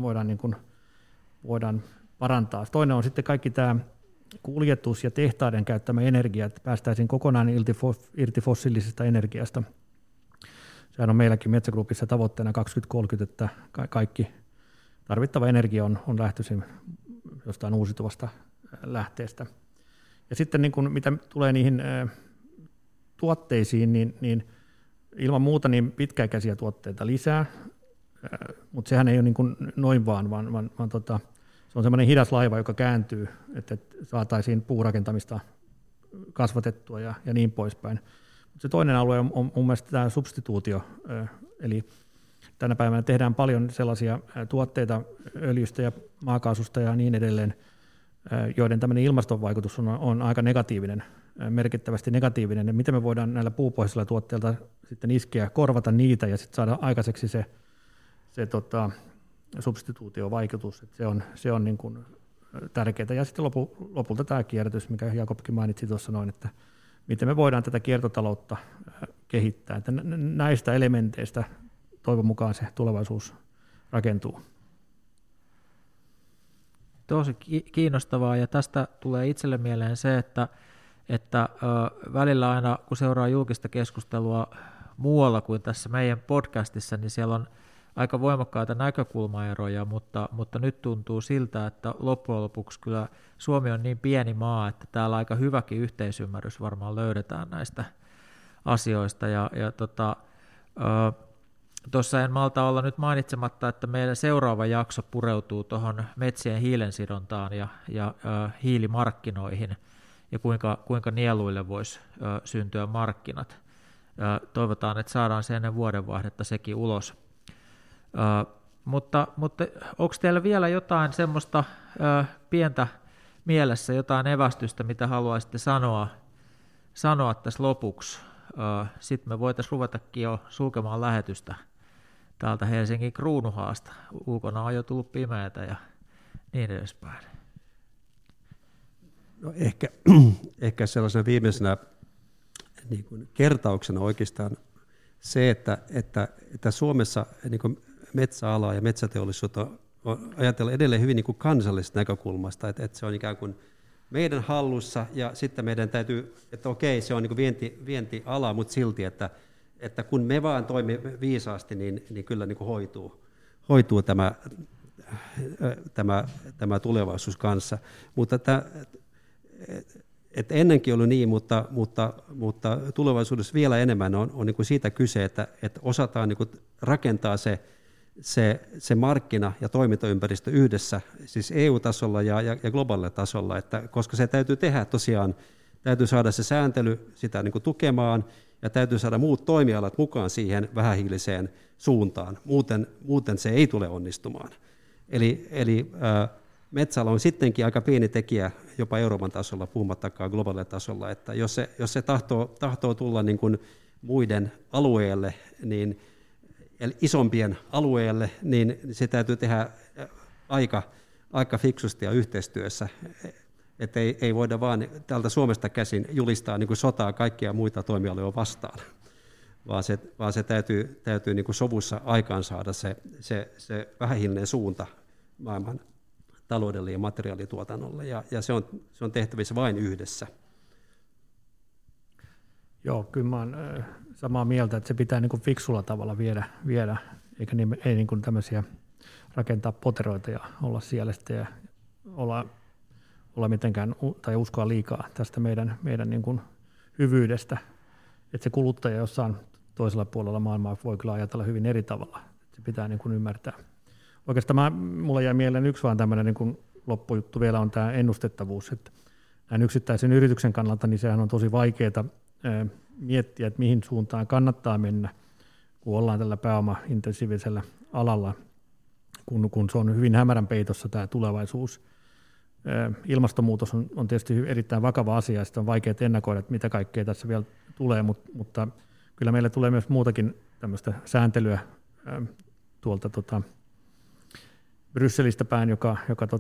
voidaan parantaa. Toinen on sitten kaikki tämä kuljetus ja tehtaiden käyttämä energia, että päästäisiin kokonaan irti fossiilisesta energiasta. Sehän on meilläkin Metsä Groupissa tavoitteena 2030, että kaikki tarvittava energia on lähtöisin jostain uusiutuvasta lähteestä. Ja sitten niin kun, mitä tulee niihin tuotteisiin, niin ilman muuta niin pitkäikäisiä tuotteita lisää, mutta sehän ei ole niin kuin noin vaan se on semmoinen hidas laiva, joka kääntyy, että saataisiin puurakentamista kasvatettua ja niin poispäin. Se toinen alue on mun mielestä tämä substituutio, eli tänä päivänä tehdään paljon sellaisia tuotteita öljystä ja maakaasusta ja niin edelleen, joiden tämmöinen ilmastonvaikutus on aika negatiivinen, merkittävästi negatiivinen, ja miten me voidaan näillä puupohjaisilla tuotteilla sitten iskeä, korvata niitä ja sitten saada aikaiseksi se substituutiovaikutus, että se on niin kuin tärkeää. Ja sitten lopulta tämä kierrätys, mikä Jakobkin mainitsi tuossa noin, että miten me voidaan tätä kiertotaloutta kehittää. Että näistä elementeistä toivon mukaan se tulevaisuus rakentuu. Tosi kiinnostavaa, ja tästä tulee itselle mieleen se, että välillä aina kun seuraa julkista keskustelua muualla kuin tässä meidän podcastissa, niin siellä on aika voimakkaita näkökulmaeroja, mutta nyt tuntuu siltä, että loppujen lopuksi kyllä Suomi on niin pieni maa, että täällä aika hyväkin yhteisymmärrys varmaan löydetään näistä asioista. Tuossa en malta olla nyt mainitsematta, että meidän seuraava jakso pureutuu tuohon metsien hiilensidontaan ja hiilimarkkinoihin ja kuinka nieluille voisi syntyä markkinat. Toivotaan, että saadaan se ennen vuodenvaihdetta sekin ulos. Mutta onko teillä vielä jotain semmoista pientä mielessä, jotain evästystä, mitä haluaisitte sanoa tässä lopuksi? Sitten me voitaisiin ruvetakin jo sulkemaan lähetystä täältä Helsingin Kruunuhaasta. Ulkona on jo tullut pimeätä ja niin edespäin. No ehkä sellaisena viimeisenä niin kuin kertauksena oikeastaan se, että Suomessa niin kuin metsäala ja metsäteollisuutta ajatellaan edelleen hyvin niin kuin kansallisesta näkökulmasta, että se on ikään kuin meidän hallussa ja sitten meidän täytyy, että okei, se on niin kuin vientiala, mutta silti, että kun me vaan toimimme viisaasti, niin kyllä niin kuin hoituu tämä tulevaisuus kanssa. Mutta että ennenkin oli niin, mutta tulevaisuudessa vielä enemmän on niin kuin siitä kyse, että osataan niin kuin rakentaa se markkina- ja toimintaympäristö yhdessä, siis EU-tasolla ja globaalilla tasolla, koska se täytyy tehdä tosiaan, täytyy saada se sääntely sitä niin kuin tukemaan, ja täytyy saada muut toimialat mukaan siihen vähähiiliseen suuntaan, muuten se ei tule onnistumaan. Eli metsäala on sittenkin aika pieni tekijä jopa Euroopan tasolla, puhumattakaan globaalilla tasolla, että jos se tahtoo tulla niin kuin muiden alueelle, niin eli isompien alueelle, niin se täytyy tehdä aika fiksusti ja yhteistyössä, että ei voida vaan täältä Suomesta käsin julistaa niin kuin sotaa kaikkia muita toimialoja vastaan, vaan se täytyy niin kuin sovussa aikaansaada se vähähiilinen suunta maailman taloudelle ja materiaalituotannolle, ja se on tehtävissä vain yhdessä. Joo, kyllä mä oon samaa mieltä, että se pitää niin kuin fiksulla tavalla viedä eikä ei niin kuin tämmöisiä rakentaa poteroita ja olla siellä sitten ja olla mitenkään tai uskoa liikaa tästä meidän niin kuin hyvyydestä. Että se kuluttaja jossain toisella puolella maailmaa voi kyllä ajatella hyvin eri tavalla. Se pitää niin kuin ymmärtää. Oikeastaan mulla jäi mieleen yksi vaan tämmöinen niin kuin loppujuttu vielä on tämä ennustettavuus. Että näin yksittäisen yrityksen kannalta niin sehän on tosi vaikeaa miettiä, että mihin suuntaan kannattaa mennä, kun ollaan tällä pääoma-intensiivisellä alalla, kun se on hyvin hämärän peitossa tämä tulevaisuus. Ilmastonmuutos on tietysti erittäin vakava asia, ja sitä on vaikea ennakoida, että mitä kaikkea tässä vielä tulee, mutta kyllä meille tulee myös muutakin tämmöistä sääntelyä tuolta Brysselistä päin, joka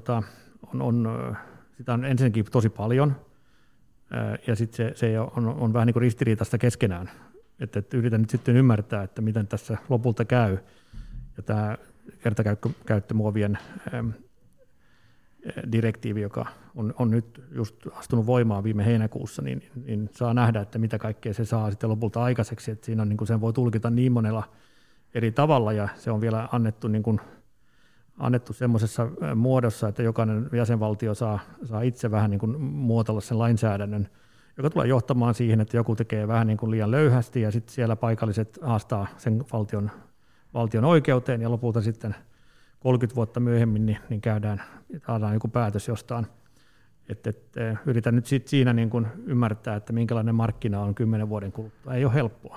sitä on ensinnäkin tosi paljon, ja sitten se on vähän niin kuin ristiriitaista keskenään, että yritän nyt sitten ymmärtää, että miten tässä lopulta käy, ja tämä kertakäyttömuovien direktiivi, joka on nyt just astunut voimaan viime heinäkuussa, niin saa nähdä, että mitä kaikkea se saa sitten lopulta aikaiseksi, että siinä on, niin kuin sen voi tulkita niin monella eri tavalla, ja se on vielä annettu semmoisessa muodossa, että jokainen jäsenvaltio saa itse vähän niin kuin muotoilla sen lainsäädännön, joka tulee johtamaan siihen, että joku tekee vähän niin kuin liian löyhästi, ja sitten siellä paikalliset haastaa sen valtion oikeuteen, ja lopulta sitten 30 vuotta myöhemmin niin saadaan joku päätös jostain. Yritän nyt siinä niin kuin ymmärtää, että minkälainen markkina on 10 vuoden kuluttua. Ei ole helppoa.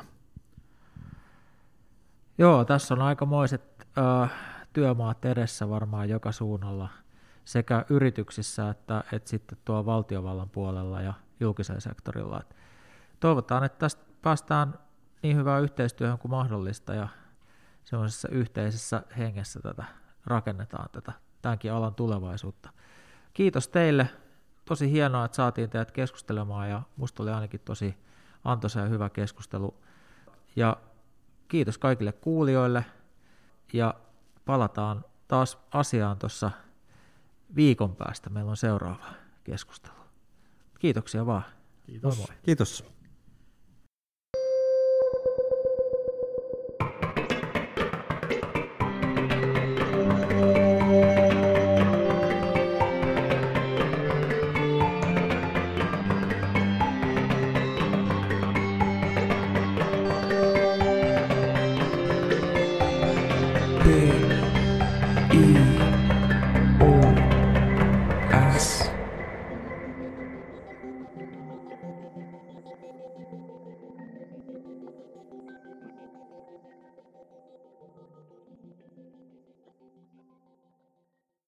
Joo, tässä on aikamoiset työmaat edessä varmaan joka suunnalla, sekä yrityksissä että sitten tuo valtiovallan puolella ja julkisella sektorilla. Toivotaan, että tästä päästään niin hyvään yhteistyöhön kuin mahdollista, ja semmoisessa yhteisessä hengessä rakennetaan tämänkin alan tulevaisuutta. Kiitos teille. Tosi hienoa, että saatiin teidät keskustelemaan, ja musta oli ainakin tosi antoisa ja hyvä keskustelu. Ja kiitos kaikille kuulijoille, ja palataan taas asiaan tuossa viikon päästä. Meillä on seuraava keskustelu. Kiitoksia vaan. Kiitos. Moi moi. Kiitos. E